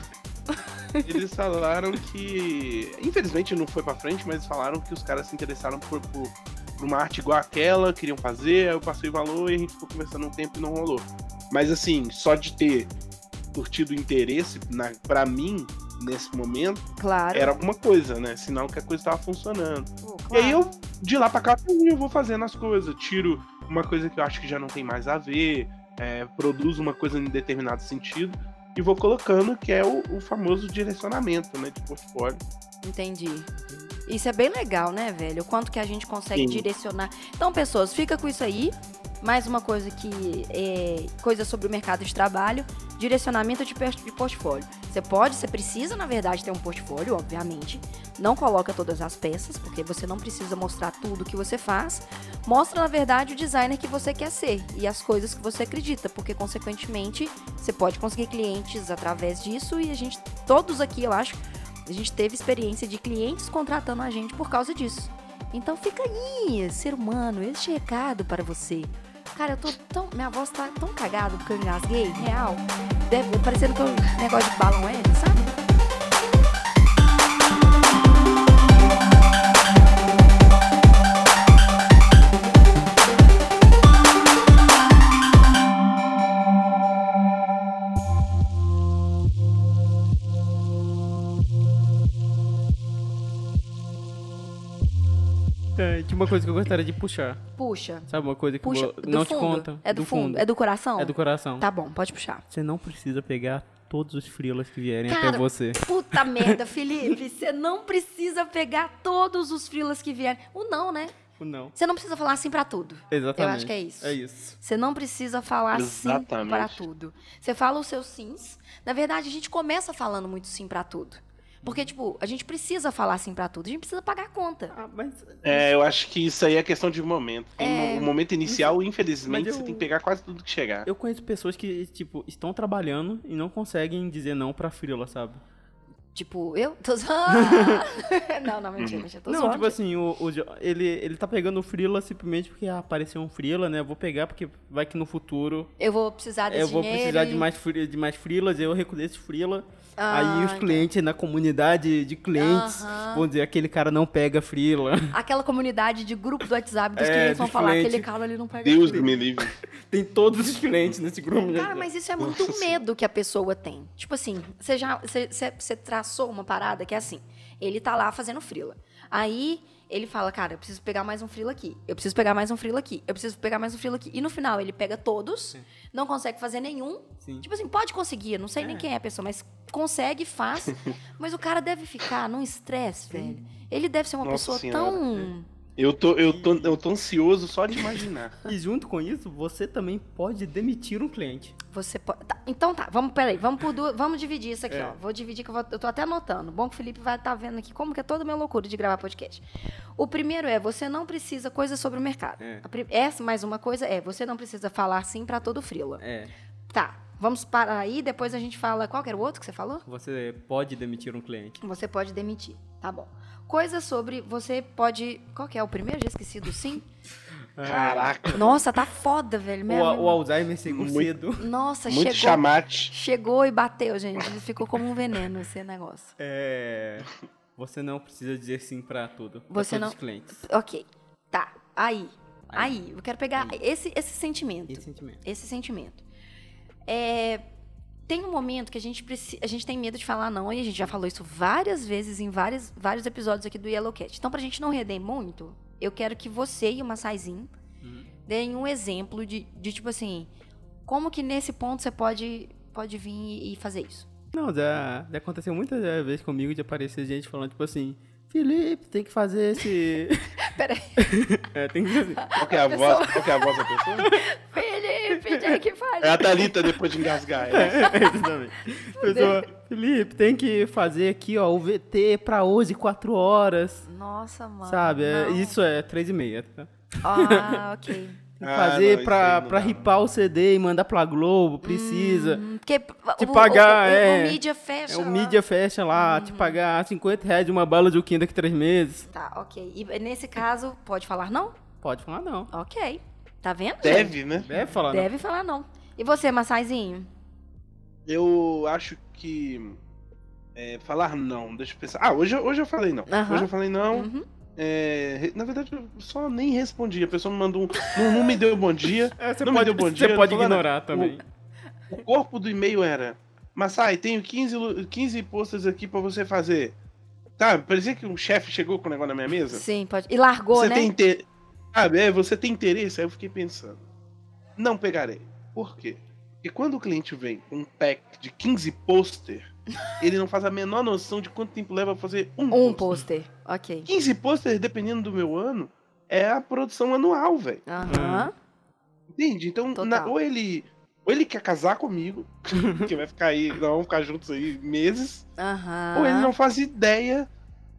Eles falaram que. Infelizmente não foi pra frente, mas falaram que os caras se interessaram por uma arte igual aquela, queriam fazer, aí eu passei o valor e a gente ficou conversando um tempo e não rolou. Mas assim, só de ter curtido interesse, pra mim, nesse momento, claro, era alguma coisa, né? Sinal que a coisa tava funcionando. Claro. E aí eu, de lá pra cá, eu vou fazendo as coisas. Tiro uma coisa que eu acho que já não tem mais a ver, produzo uma coisa em determinado sentido e vou colocando, que é o famoso direcionamento, né, de portfólio. Entendi. Isso é bem legal, né, velho? O quanto que a gente consegue direcionar. Então, pessoas, fica com isso aí. Mais uma coisa coisa sobre o mercado de trabalho, direcionamento de portfólio. Você precisa, na verdade, ter um portfólio, obviamente. Não coloca todas as peças, porque você não precisa mostrar tudo que você faz. Mostra, na verdade, o designer que você quer ser e as coisas que você acredita, porque, consequentemente, você pode conseguir clientes através disso e todos aqui, eu acho, a gente teve experiência de clientes contratando a gente por causa disso. Então fica aí, ser humano, este recado para você. Cara, minha voz tá tão cagada porque eu engasguei, real. Deve parecendo que é um negócio de balão hélio, sabe? Tinha uma coisa que eu gostaria de puxar. Puxa. Sabe uma coisa que puxa. não te fundo. conta? É do fundo? É do coração? É do coração. Tá bom, pode puxar. Você não precisa pegar todos os freelas que vierem Cara, até você. Puta merda, Felipe. Você não precisa pegar todos os freelas que vierem. O não, né? O não. Você não precisa falar sim pra tudo. Exatamente. Eu acho que é isso. É isso. Você não precisa falar sim pra tudo. Você fala os seus sims. Na verdade, a gente começa falando muito sim pra tudo. Porque, tipo, a gente precisa falar sim pra tudo. A gente precisa pagar a conta. Eu acho que isso aí é questão de momento. O momento inicial, infelizmente, você tem que pegar quase tudo que chegar. Eu conheço pessoas que, tipo, estão trabalhando e não conseguem dizer não pra freela, sabe? Tipo, eu? Tô zoando. Não, mentira, eu tô zoando. Não, tipo assim, ele tá pegando o freela simplesmente porque apareceu um freela, né? Eu vou pegar porque vai que no futuro... Eu vou precisar desse dinheiro. Eu vou precisar de mais freelas, eu recuso esse freela. Aí os clientes na comunidade de clientes vão dizer, aquele cara não pega freela. Aquela comunidade de grupo do WhatsApp dos clientes vão falar, aquele cara ali não pega Deus me livre. Tem todos os clientes nesse grupo. Cara, mas isso é muito medo que a pessoa tem. Tipo assim, você traçou uma parada que é assim, ele tá lá fazendo freela. Aí ele fala, cara, eu preciso pegar mais um freela aqui. Eu preciso pegar mais um freela aqui. Eu preciso pegar mais um freela aqui. E no final ele pega todos, não consegue fazer nenhum. Sim. Tipo assim, pode conseguir, eu não sei nem quem é a pessoa, mas consegue, faz. Mas o cara deve ficar num estresse, velho. Ele deve ser uma pessoa senhora. Eu tô ansioso só de imaginar. E junto com isso, você também pode demitir um cliente. Você pode... então tá, vamos dividir isso aqui, ó. Vou dividir, que eu tô até anotando. Bom que o Felipe vai estar vendo aqui como que é toda a minha loucura de gravar podcast. O primeiro você não precisa coisas sobre o mercado. Essa mais uma coisa você não precisa falar sim pra todo freela. Tá, vamos parar aí, depois a gente fala... Qual que era o outro que você falou? Você pode demitir um cliente. Você pode demitir, tá bom. Coisas sobre... Você pode... Qual que é o primeiro? Já esqueci do sim. Caraca. Nossa, tá foda, velho. O Alzheimer chegou cedo. Nossa, muito chamate. Chegou e bateu, gente. Ficou como um veneno esse negócio. Você não precisa dizer sim pra tudo. Você pra não... todos os clientes. Ok. Tá. Aí. Eu quero pegar esse sentimento. Esse sentimento. Tem um momento que a gente tem medo de falar não, e a gente já falou isso várias vezes em vários episódios aqui do Yellowcat. Então, pra gente não render muito, eu quero que você e o Massaizinho deem um exemplo de tipo assim, como que nesse ponto você pode vir e fazer isso. Não, já aconteceu muitas vezes comigo de aparecer gente falando tipo assim, Felipe, tem que fazer esse... Peraí. Tem que fazer. Qual que é a voz da pessoa? Felipe, tem que fazer. É a Thalita depois de engasgar. Exatamente. Pessoa, Felipe, tem que fazer aqui, ó, o VT pra hoje, 4 horas. Nossa, mano. Sabe? Isso é 3h30, tá? Ok. Fazer pra ripar o CD e mandar pra Globo, precisa. Porque te pagar, o mídia fecha o mídia fecha lá, te pagar R$50 de uma bala de uquinha daqui 3 meses. Tá, ok. E nesse caso, pode falar não? Pode falar não. Ok. Tá vendo? Deve, né? Deve falar não. Deve falar não. E você, Massaizinho? Eu acho que... falar não, deixa eu pensar. Hoje eu falei não. Hoje eu falei não. Na verdade, eu só nem respondi. A pessoa me mandou não me deu bom dia. Me deu bom dia. Você pode ignorar também. O corpo do e-mail era: Massai, tenho 15 posters aqui pra você fazer. Tá, parecia que um chefe chegou com o negócio na minha mesa. Sim, pode. E largou, você né? Você tem interesse? Aí eu fiquei pensando. Não pegarei. Por quê? Porque quando o cliente vem com um pack de 15 pôster, ele não faz a menor noção de quanto tempo leva pra fazer um pôster. Ok. 15 pôster, dependendo do meu ano, é a produção anual, velho. Entende? Então, ou ele quer casar comigo, que vai ficar aí, nós vamos ficar juntos aí meses, ou ele não faz ideia,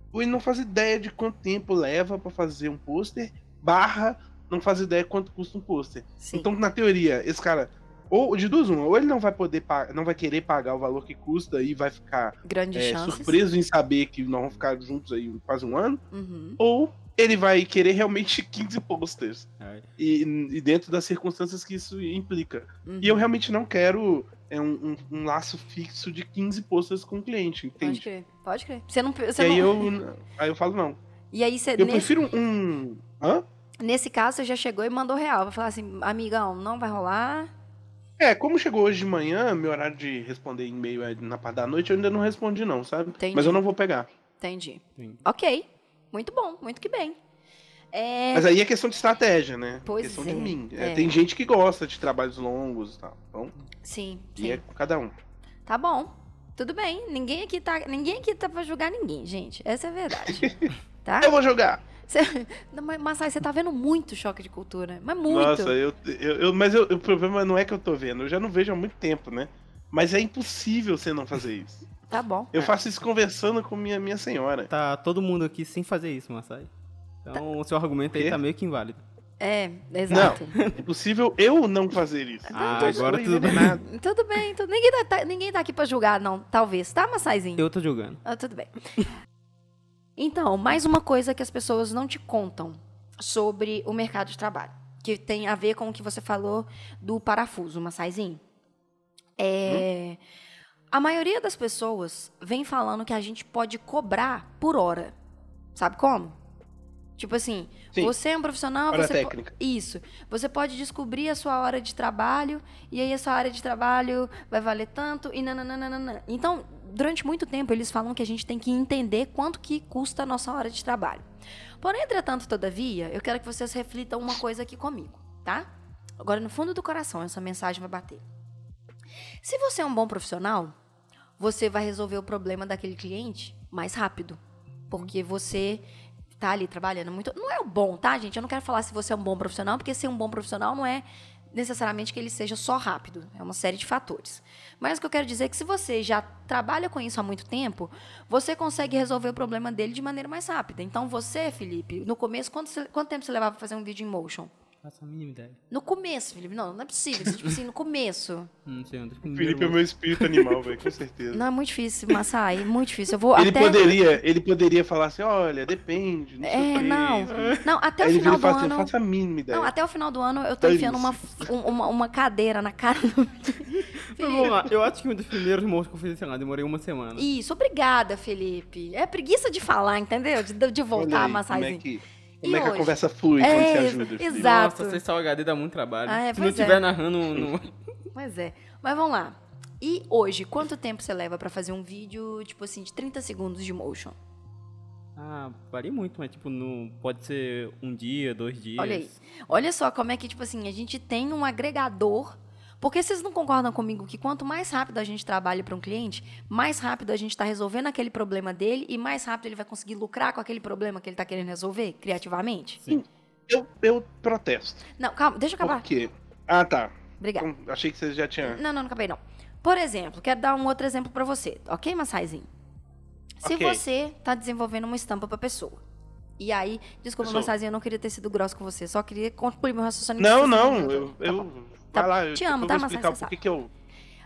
de quanto tempo leva pra fazer um pôster, não faz ideia quanto custa um pôster. Então, na teoria, esse cara... Ou de duas uma, ou ele não vai querer pagar o valor que custa e vai ficar surpreso em saber que nós vamos ficar juntos aí quase um ano, ou ele vai querer realmente 15 posters. E dentro das circunstâncias que isso implica. E eu realmente não quero um laço fixo de 15 posters com o cliente, entende? Pode crer. Aí eu falo não. E aí você... Eu prefiro um... Nesse caso, você já chegou e mandou real. Vai falar assim, amigão, não vai rolar... Como chegou hoje de manhã, meu horário de responder e-mail é na parte da noite, eu ainda não respondi não, sabe? Entendi. Mas eu não vou pegar. Entendi. Ok. Muito bom, muito que bem. Mas aí é questão de estratégia, né? Pois questão de mim. Tem gente que gosta de trabalhos longos e tal. Então, sim. E é com cada um. Tá bom. Tudo bem. Ninguém aqui tá pra julgar ninguém, gente. Essa é a verdade. Tá? Eu vou jogar. Mas você tá vendo muito choque de cultura. Mas muito. Nossa, o problema não é que eu tô vendo. Eu já não vejo há muito tempo, né? Mas é impossível você não fazer isso. Tá bom. Eu faço isso conversando com minha senhora. Tá todo mundo aqui sem fazer isso, Massai. Então o seu argumento aí tá meio que inválido. Exato. Não, é impossível eu não fazer isso. Agora tudo bem. Tudo bem. Ninguém tá aqui pra julgar, não. Talvez. Tá, Massaizinho? Eu tô julgando. Tudo bem. Então, mais uma coisa que as pessoas não te contam sobre o mercado de trabalho, que tem a ver com o que você falou do parafuso, Massaizinho. A maioria das pessoas vem falando que a gente pode cobrar por hora. Sabe como? Tipo assim, Sim. Você é um profissional... Hora técnica. Isso. Você pode descobrir a sua hora de trabalho, e aí essa hora de trabalho vai valer tanto, e nananana. Então... Durante muito tempo, eles falam que a gente tem que entender quanto que custa a nossa hora de trabalho. Porém, entretanto, todavia, eu quero que vocês reflitam uma coisa aqui comigo, tá? Agora, no fundo do coração, essa mensagem vai bater. Se você é um bom profissional, você vai resolver o problema daquele cliente mais rápido. Porque você tá ali trabalhando muito. Não é o bom, tá, gente? Eu não quero falar se você é um bom profissional, porque ser um bom profissional não é necessariamente que ele seja só rápido. É uma série de fatores. Mas o que eu quero dizer é que se você já trabalha com isso há muito tempo, você consegue resolver o problema dele de maneira mais rápida. Então você, Felipe, no começo, quanto tempo você levava para fazer um vídeo em motion? Faço a mínima ideia. No começo, Felipe. Não é possível. Tipo assim, no começo. Não sei onde. Felipe é meu espírito animal, velho, com certeza. Não, é muito difícil, Massai, muito difícil. Eu vou Ele poderia falar assim, olha, depende, não sei o quê. Não, até Aí o final do ano... Assim, eu faço a mínima ideia. Não, até o final do ano eu tô enfiando uma cadeira na cara do... Mas vamos lá, eu acho que um dos primeiros moços que eu fiz, sei lá, demorei uma semana. Isso, obrigada, Felipe. É preguiça de falar, entendeu? De voltar, Massaizinho. Como é que a conversa flui quando você ajuda? Filho? Exato. Nossa, acessar o HD dá muito trabalho. Se não é. estiver narrando... Não... Pois é. Mas vamos lá. E hoje, quanto tempo você leva pra fazer um vídeo, tipo assim, de 30 segundos de motion? Varia muito, mas tipo, pode ser um dia, 2 dias. Olha aí. Olha só como é que, tipo assim, a gente tem um agregador. Porque vocês não concordam comigo que quanto mais rápido a gente trabalha para um cliente, mais rápido a gente está resolvendo aquele problema dele e mais rápido ele vai conseguir lucrar com aquele problema que ele está querendo resolver, criativamente? Sim. Eu protesto. Não, calma, deixa eu acabar. Por quê? Ah, tá. Obrigada. Então, achei que você já tinha... Não acabei não. Por exemplo, quero dar um outro exemplo para você, ok, Massaizinho? Se você está desenvolvendo uma estampa para pessoa, e aí, desculpa, Massaizinho, eu não queria ter sido grosso com você, só queria concluir meu raciocínio. Vai lá, te amo, tá, Massai? Explicar por que eu...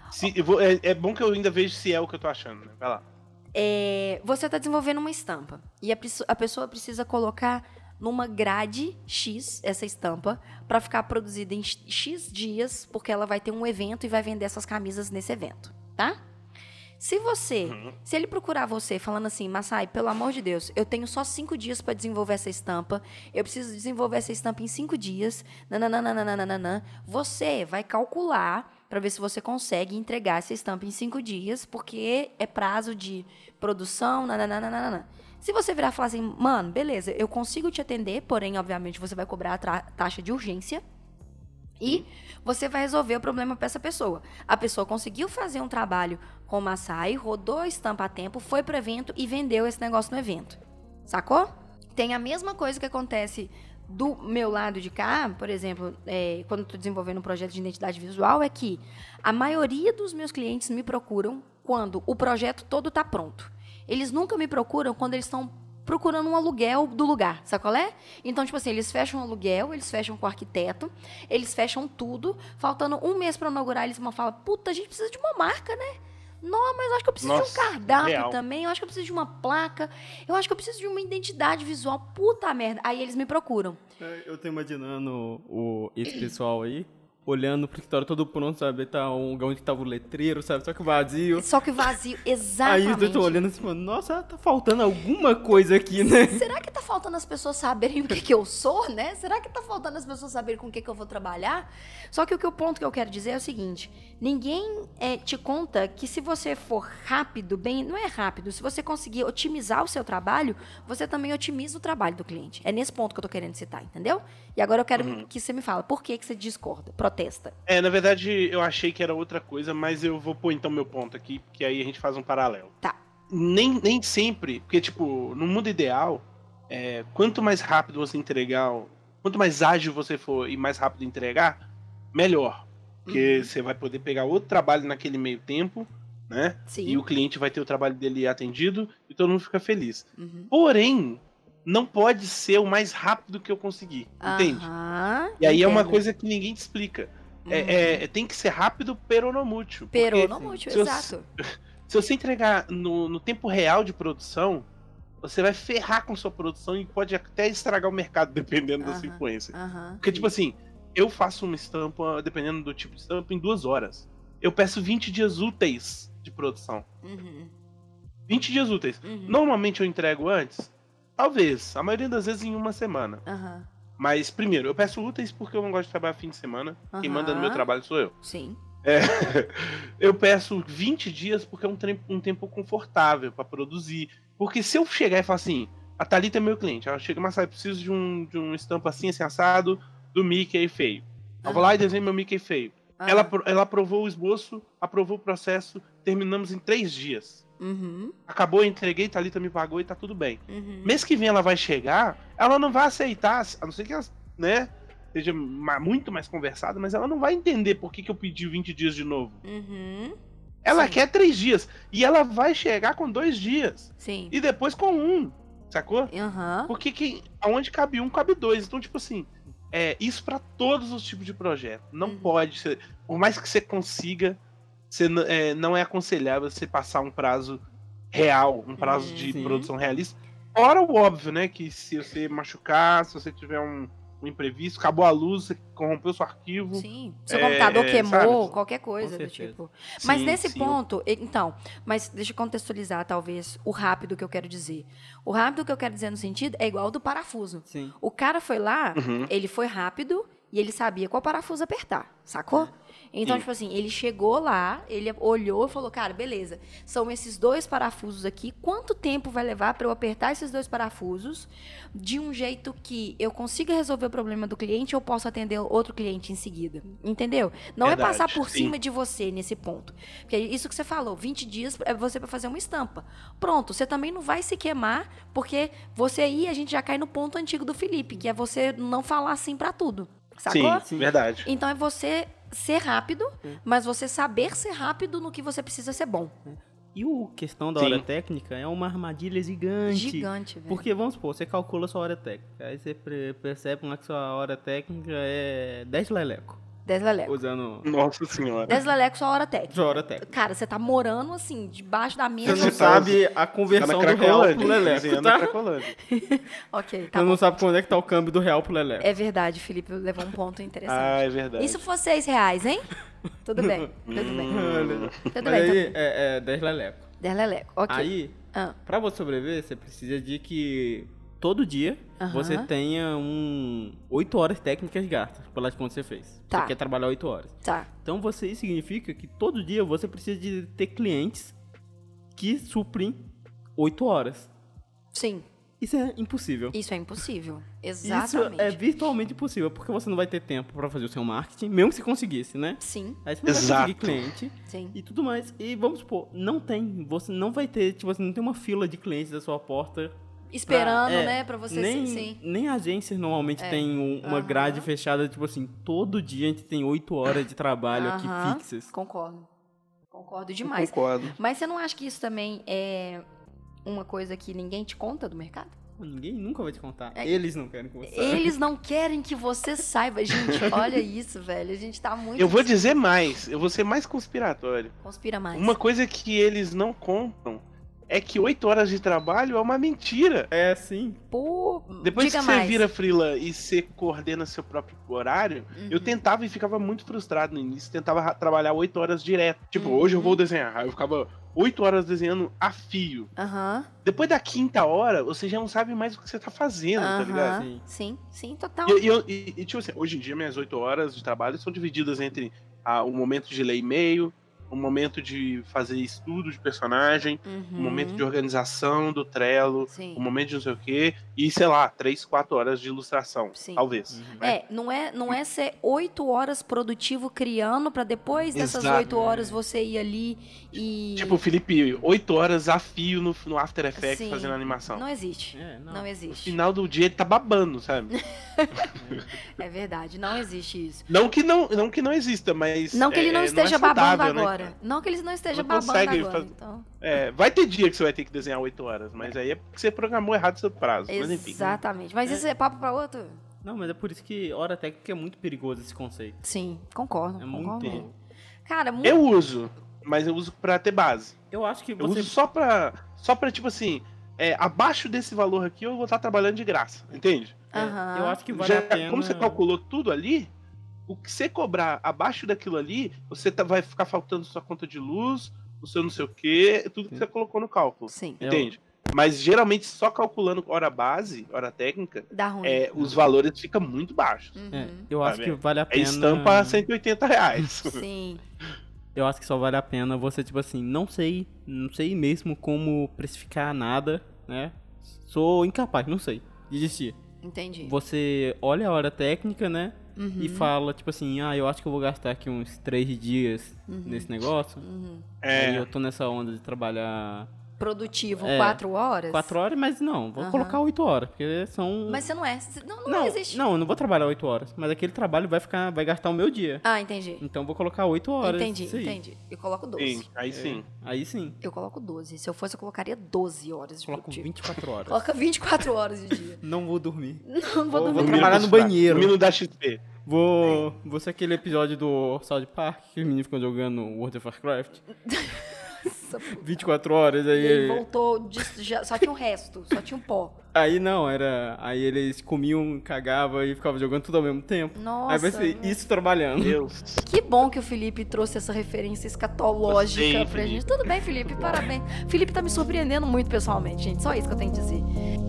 É bom que eu ainda vejo se é o que eu tô achando, né? Vai lá. Você está desenvolvendo uma estampa e a pessoa precisa colocar numa grade X essa estampa para ficar produzida em X dias, porque ela vai ter um evento e vai vender essas camisas nesse evento, tá? Se ele procurar você falando assim, Massai, pelo amor de Deus, eu tenho só 5 dias para desenvolver essa estampa, eu preciso desenvolver essa estampa em 5 dias, você vai calcular para ver se você consegue entregar essa estampa em 5 dias, porque é prazo de produção, Se você virar e falar assim, mano, beleza, eu consigo te atender, porém, obviamente, você vai cobrar a taxa de urgência, e você vai resolver o problema para essa pessoa. A pessoa conseguiu fazer um trabalho com o Massai, rodou a estampa a tempo, foi pro evento e vendeu esse negócio no evento. Sacou? Tem a mesma coisa que acontece do meu lado de cá, por exemplo, quando eu estou desenvolvendo um projeto de identidade visual, é que a maioria dos meus clientes me procuram quando o projeto todo está pronto. Eles nunca me procuram quando eles estão procurando um aluguel do lugar, sabe qual é? Então, tipo assim, eles fecham o aluguel, eles fecham com o arquiteto, eles fecham tudo, faltando um mês para inaugurar, eles vão falar, puta, a gente precisa de uma marca, né? Não, mas eu acho que eu preciso de um cardápio também, eu acho que eu preciso de uma placa, eu acho que eu preciso de uma identidade visual, puta merda. Aí eles me procuram. Eu tô imaginando esse pessoal aí, olhando pro escritório todo pronto, sabe? Tá onde tava o letreiro, sabe? Só que vazio, exatamente. Aí eu tô olhando assim, mano, nossa, tá faltando alguma coisa aqui, né? Será que tá faltando as pessoas saberem o que eu sou, né? Será que tá faltando as pessoas saberem com o que eu vou trabalhar? Só que o ponto que eu quero dizer é o seguinte, ninguém te conta que se você for rápido, não é rápido, se você conseguir otimizar o seu trabalho, você também otimiza o trabalho do cliente. É nesse ponto que eu tô querendo citar, entendeu? E agora eu quero que você me fale, por que você discorda? Protesta. Na verdade, eu achei que era outra coisa, mas eu vou pôr então meu ponto aqui, porque aí a gente faz um paralelo. Tá. Nem sempre, porque tipo, no mundo ideal, quanto mais rápido você entregar, quanto mais ágil você for e mais rápido entregar, melhor. Porque você vai poder pegar outro trabalho naquele meio tempo, né? Sim. E o cliente vai ter o trabalho dele atendido e todo mundo fica feliz. Porém, não pode ser o mais rápido que eu conseguir, entende? E aí é uma coisa que ninguém te explica. Tem que ser rápido, peronomútil. Peronomútil, exato. Se você entregar no tempo real de produção, você vai ferrar com sua produção e pode até estragar o mercado, dependendo da sua influência. Porque, tipo assim, eu faço uma estampa, dependendo do tipo de estampa, em 2 horas. Eu peço 20 dias úteis de produção. 20 dias úteis. Normalmente eu entrego antes? Talvez. A maioria das vezes em 1 semana. Mas, primeiro, eu peço úteis porque eu não gosto de trabalhar fim de semana. Quem manda no meu trabalho sou eu. Sim. Eu peço 20 dias porque é um tempo confortável pra produzir. Porque se eu chegar e falar assim, a Thalita é meu cliente, ela chega, mas eu preciso de um estampa assim assado do Mickey feio. Eu vou lá e desenho meu Mickey feio. Ela aprovou o esboço, aprovou o processo, terminamos em 3 dias. Acabou, eu entreguei, Thalita me pagou e tá tudo bem. Mês que vem ela vai chegar, ela não vai aceitar, a não ser que ela, né, seja muito mais conversada, mas ela não vai entender por que eu pedi 20 dias de novo. Ela quer 3 dias. E ela vai chegar com 2 dias. Sim. E depois com 1. Sacou? Porque aonde cabe 1, cabe 2. Então, tipo assim, isso pra todos os tipos de projeto. Não pode ser. Por mais que você consiga, não é aconselhável você passar um prazo real, um prazo de produção realista. Fora o óbvio, né? Que se você machucar, se você tiver um imprevisto, acabou a luz, você corrompeu seu arquivo. Sim, seu computador queimou, sabe? Qualquer coisa do tipo. Mas nesse ponto, então, mas deixa eu contextualizar, talvez, o rápido que eu quero dizer. O rápido que eu quero dizer no sentido é igual ao do parafuso. Sim. O cara foi lá, ele foi rápido e ele sabia qual parafuso apertar, sacou? Então, tipo assim, ele chegou lá, ele olhou e falou, cara, beleza, são esses 2 parafusos aqui, quanto tempo vai levar para eu apertar esses 2 parafusos de um jeito que eu consiga resolver o problema do cliente ou posso atender outro cliente em seguida, entendeu? Não é passar por cima de você nesse ponto. Porque isso que você falou, 20 dias é você para fazer uma estampa. Pronto, você também não vai se queimar, porque você aí, a gente já cai no ponto antigo do Felipe, que é você não falar sim para tudo, sacou? Sim, verdade. Então é você ser rápido, mas você saber ser rápido no que você precisa ser bom. E o questão da hora técnica é uma armadilha gigante. Gigante, velho. Porque, vamos supor, você calcula sua hora técnica. Aí você percebe lá que sua hora técnica é 10 leleco. 10 leleco. Usando... Nossa senhora. 10 leleco, sua hora técnica. Sua hora técnica. Cara, você tá morando, assim, debaixo da mesa. Você não sabe a conversão do real pro leleco, tá? Ok, tá Você não sabe quando é que tá o câmbio do real pro leleco. É verdade, Felipe levou um ponto interessante. Ah, é verdade. E se for R$6, hein? Tudo bem, tudo bem. Tudo Mas bem, aí é 10 leleco. 10 leleco, ok. Aí, pra você sobreviver, você precisa de que todo dia você tenha 8 horas técnicas gastas pelas contas que você fez. Tá. Você quer trabalhar 8 horas. Tá. Então isso significa que todo dia você precisa de ter clientes que suprem 8 horas. Sim. Isso é impossível. Isso é impossível. Exatamente. Isso é virtualmente impossível, porque você não vai ter tempo pra fazer o seu marketing, mesmo se conseguisse, né? Sim. Aí você não vai conseguir cliente. Sim. E tudo mais. E vamos supor, você não vai ter, tipo, você não tem uma fila de clientes da sua porta esperando, né, pra você sim. Nem agências normalmente tem uma grade fechada, tipo assim, todo dia a gente tem 8 horas de trabalho aqui fixas. Concordo demais. Concordo. Mas você não acha que isso também é uma coisa que ninguém te conta do mercado? Ninguém nunca vai te contar. Eles não querem que você saiba. Eles não querem que você saiba. Gente, olha isso, velho. A gente tá muito... Eu vou dizer mais. Eu vou ser mais conspiratório. Conspira mais. Uma coisa que eles não contam é que 8 horas de trabalho é uma mentira. É, sim. Pô, depois diga que você mais. vira freela e você coordena seu próprio horário, eu tentava e ficava muito frustrado no início. Tentava trabalhar 8 horas direto. Tipo, hoje eu vou desenhar. Aí eu ficava 8 horas desenhando a fio. Depois da 5ª hora, você já não sabe mais o que você tá fazendo, tá ligado? Sim, total. E tipo assim, hoje em dia minhas 8 horas de trabalho são divididas entre o momento de ler e-mail, o momento de fazer estudo de personagem, o momento de organização do Trello, o momento de não sei o quê, e sei lá, 3, 4 horas de ilustração, talvez. Né? Não é ser 8 horas produtivo criando pra depois dessas 8 horas você ir ali e... Tipo, Felipe, 8 horas a fio no After Effects fazendo animação. Não existe. Não existe. No final do dia ele tá babando, sabe? É verdade, não existe isso. Não que não exista, mas... Não que ele não esteja babando agora. Né? Não que ele não esteja não babando agora. Fazer... Então... vai ter dia que você vai ter que desenhar 8 horas, mas aí é porque você programou errado o seu prazo. Mas enfim. Exatamente. Mas isso é papo pra outro? Não, mas é por isso que hora técnica é muito perigoso esse conceito. Sim, concordo. Muito. Cara, eu uso, mas eu uso pra ter base. Eu acho que eu uso só pra tipo assim, abaixo desse valor aqui eu vou estar trabalhando de graça, entende? Eu acho que vale a pena... Como você calculou tudo ali, o que você cobrar abaixo daquilo ali, você vai ficar faltando sua conta de luz, o seu não sei o quê, tudo que você colocou no cálculo. Sim. Entende? Mas geralmente só calculando hora base, hora técnica, dá ruim. Os valores ficam muito baixos. Eu acho que vale a pena... estampa R$180. Sim. Eu acho que só vale a pena você, tipo assim, não sei mesmo como precificar nada, né? Sou incapaz, não sei, desistir. Entendi. Você olha a hora técnica, né? e fala, tipo assim, eu acho que eu vou gastar aqui uns 3 dias nesse negócio. Aí eu tô nessa onda de trabalhar... Produtivo, 4 horas? 4 horas, mas não, vou colocar 8 horas, porque são... Mas você não é, não existe. Não, eu não vou trabalhar 8 horas, mas aquele trabalho vai gastar o meu dia. Ah, entendi. Então eu vou colocar 8 horas. Entendi. Eu coloco 12. Sim, aí sim. Aí sim. Eu coloco 12. Se eu fosse, eu colocaria 12 horas de Coloco produtivo. 24 horas. Coloca 24 horas de dia. Não vou dormir. Não vou dormir. Vou trabalhar no banheiro. O menino da XP. Vou ser aquele episódio do South Park, que os meninos ficam jogando World of Warcraft. 24 horas, aí... Ele voltou, só tinha o resto, só tinha um pó. Aí não, aí eles comiam, cagavam e ficavam jogando tudo ao mesmo tempo. Nossa. Aí vai ser isso trabalhando. Deus. Que bom que o Felipe trouxe essa referência escatológica Gostei, pra gente. Tudo bem, Felipe, parabéns. Felipe tá me surpreendendo muito pessoalmente, gente. Só isso que eu tenho que dizer.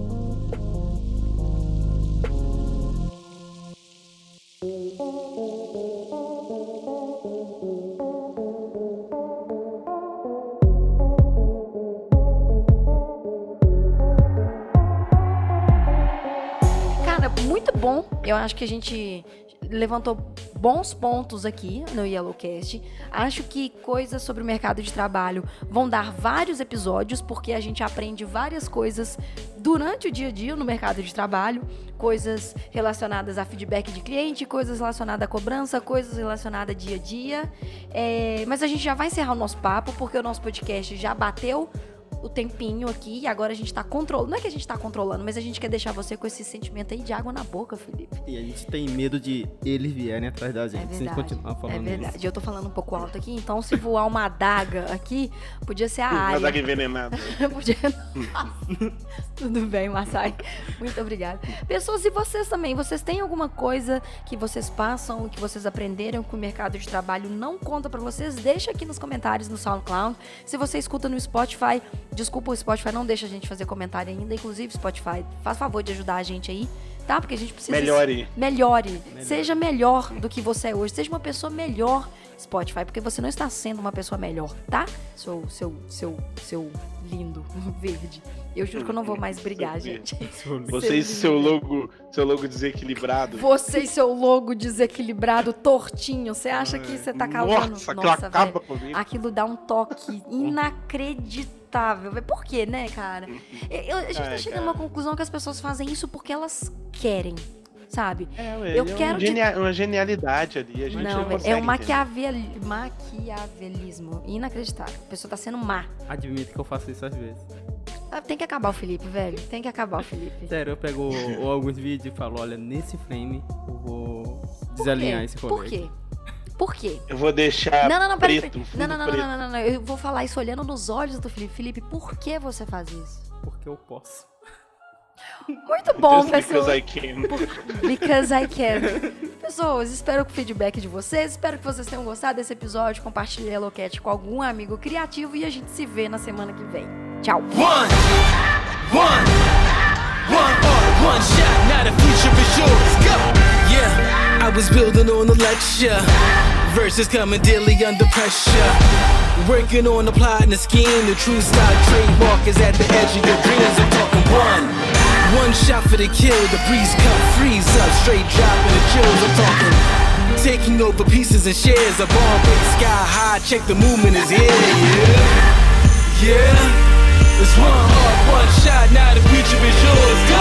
Muito bom, eu acho que a gente levantou bons pontos aqui no Yellowcast. Acho que coisas sobre o mercado de trabalho vão dar vários episódios, porque a gente aprende várias coisas durante o dia a dia no mercado de trabalho, coisas relacionadas a feedback de cliente, coisas relacionadas à cobrança, coisas relacionadas a dia a dia. Mas a gente já vai encerrar o nosso papo, porque o nosso podcast já bateu o tempinho aqui e agora a gente tá controlando. Não é que a gente tá controlando, mas a gente quer deixar você com esse sentimento aí de água na boca, Felipe. E a gente tem medo de eles vierem atrás da gente, se a gente continuar falando isso. É verdade. Eu tô falando um pouco alto aqui, então se voar uma adaga aqui, podia ser a área. Uma adaga envenenada. Podia... Tudo bem, Massai. Muito obrigada. Pessoas, e vocês também, vocês têm alguma coisa que vocês passam, que vocês aprenderam que o mercado de trabalho não conta pra vocês? Deixa aqui nos comentários no SoundCloud. Se você escuta no Spotify, desculpa, o Spotify não deixa a gente fazer comentário ainda. Inclusive, Spotify, faz favor de ajudar a gente aí, tá? Porque a gente precisa... Melhore. Seja melhor do que você é hoje. Seja uma pessoa melhor, Spotify, porque você não está sendo uma pessoa melhor, tá? Seu lindo verde. Eu juro que eu não vou mais brigar, gente. Você e seu logo desequilibrado. Você e seu logo desequilibrado, tortinho. Você acha que você tá causando... Nossa, acaba comigo. Aquilo dá um toque inacreditável. Por quê, né, cara? A gente tá chegando a uma conclusão que as pessoas fazem isso porque elas querem, sabe? Eu quero uma genialidade ali. A gente não é um maquiavelismo inacreditável. A pessoa tá sendo má. Admito que eu faço isso às vezes. Tem que acabar o Felipe, velho. Tem que acabar o Felipe. Sério, eu pego alguns vídeos e falo, olha, nesse frame eu vou desalinhar esse rolê. Por quê? Por quê? Eu vou deixar preto. Não. Eu vou falar isso olhando nos olhos do Felipe. Felipe, por que você faz isso? Porque eu posso. Muito bom, pessoal. Because I can. Because I can. Pessoas, espero o feedback de vocês. Espero que vocês tenham gostado desse episódio. Compartilhe a Yellowcat com algum amigo criativo e a gente se vê na semana que vem. Tchau. One shot, now the future is yours. Go! Yeah, I was building on the lecture. Verses coming daily under pressure. Working on the plot and the scheme. The true stock trademark is at the edge of your dreams. I'm talking one shot for the kill. The breeze cut, freeze up, straight dropping the chills. I'm talking taking over pieces and shares. A bomb break sky high. Check the movement is here. Yeah. It's one heart, one shot, now the future is yours, go!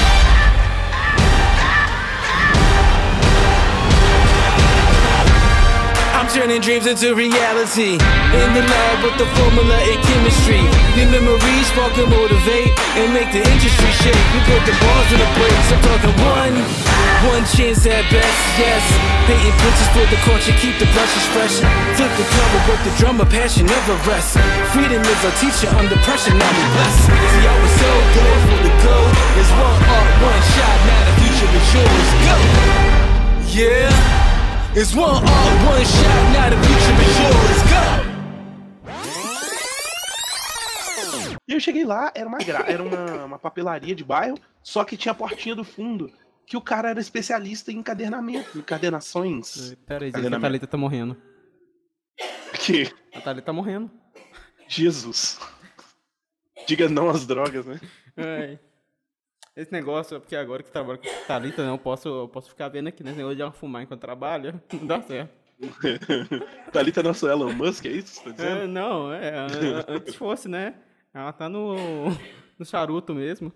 I'm turning dreams into reality. In the lab with the formula and chemistry. Your memories spark and motivate and make the industry shake. We put the bars in the brakes. I'm talking one chance at best, yes. Painting pictures for the culture, keep the brushes fresh. Flip the cover, work the drummer, passion never rests. Freedom is our teacher under pressure, now we blessed. See, I was so good for the goal. There's one art, one shot, now the future is yours. Go! Yeah, it's one art, one shot, now the future is yours. Go! E eu cheguei lá, era uma papelaria de bairro, só que tinha a portinha do fundo. Que o cara era especialista em encadernações. Pera aí, a Thalita tá morrendo. Que? A Thalita tá morrendo. Jesus. Diga não às drogas, né? Ai. Esse negócio, porque agora que trabalho com Thalita, né, eu posso ficar vendo aqui, né? Esse negócio de ela fumar enquanto trabalha, não dá certo. Thalita é nosso Elon Musk, é isso que você tá dizendo? Não, antes fosse, né? Ela tá no charuto mesmo.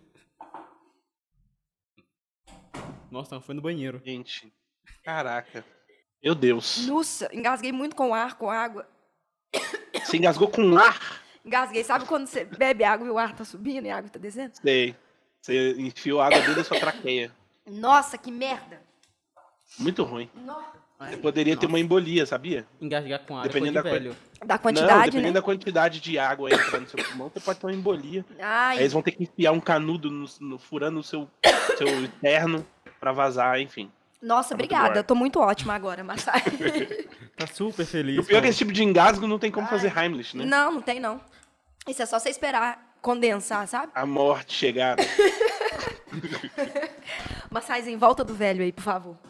Nossa, ela foi no banheiro. Gente, caraca. Meu Deus. Nossa, engasguei muito com ar, com água. Você engasgou com ar? Engasguei. Sabe quando você bebe água e o ar tá subindo e a água tá descendo? Sei. Você enfiou água dentro da sua traqueia. Nossa, que merda. Muito ruim. Nossa. Você poderia ter uma embolia, sabia? Engasgar com água Dependendo de da velho. Da quantidade, dependendo né? da quantidade de água entrando no seu pulmão, você pode ter uma embolia. Ai. Aí eles vão ter que enfiar um canudo furando o seu terno pra vazar, enfim. Nossa, obrigada. Tô muito ótima agora, Massai. Tá super feliz. O pior é que esse tipo de engasgo não tem como fazer Heimlich, né? Não, não tem não. Isso é só você esperar condensar, sabe? A morte chegar. Massaizinho, volta do velho aí, por favor.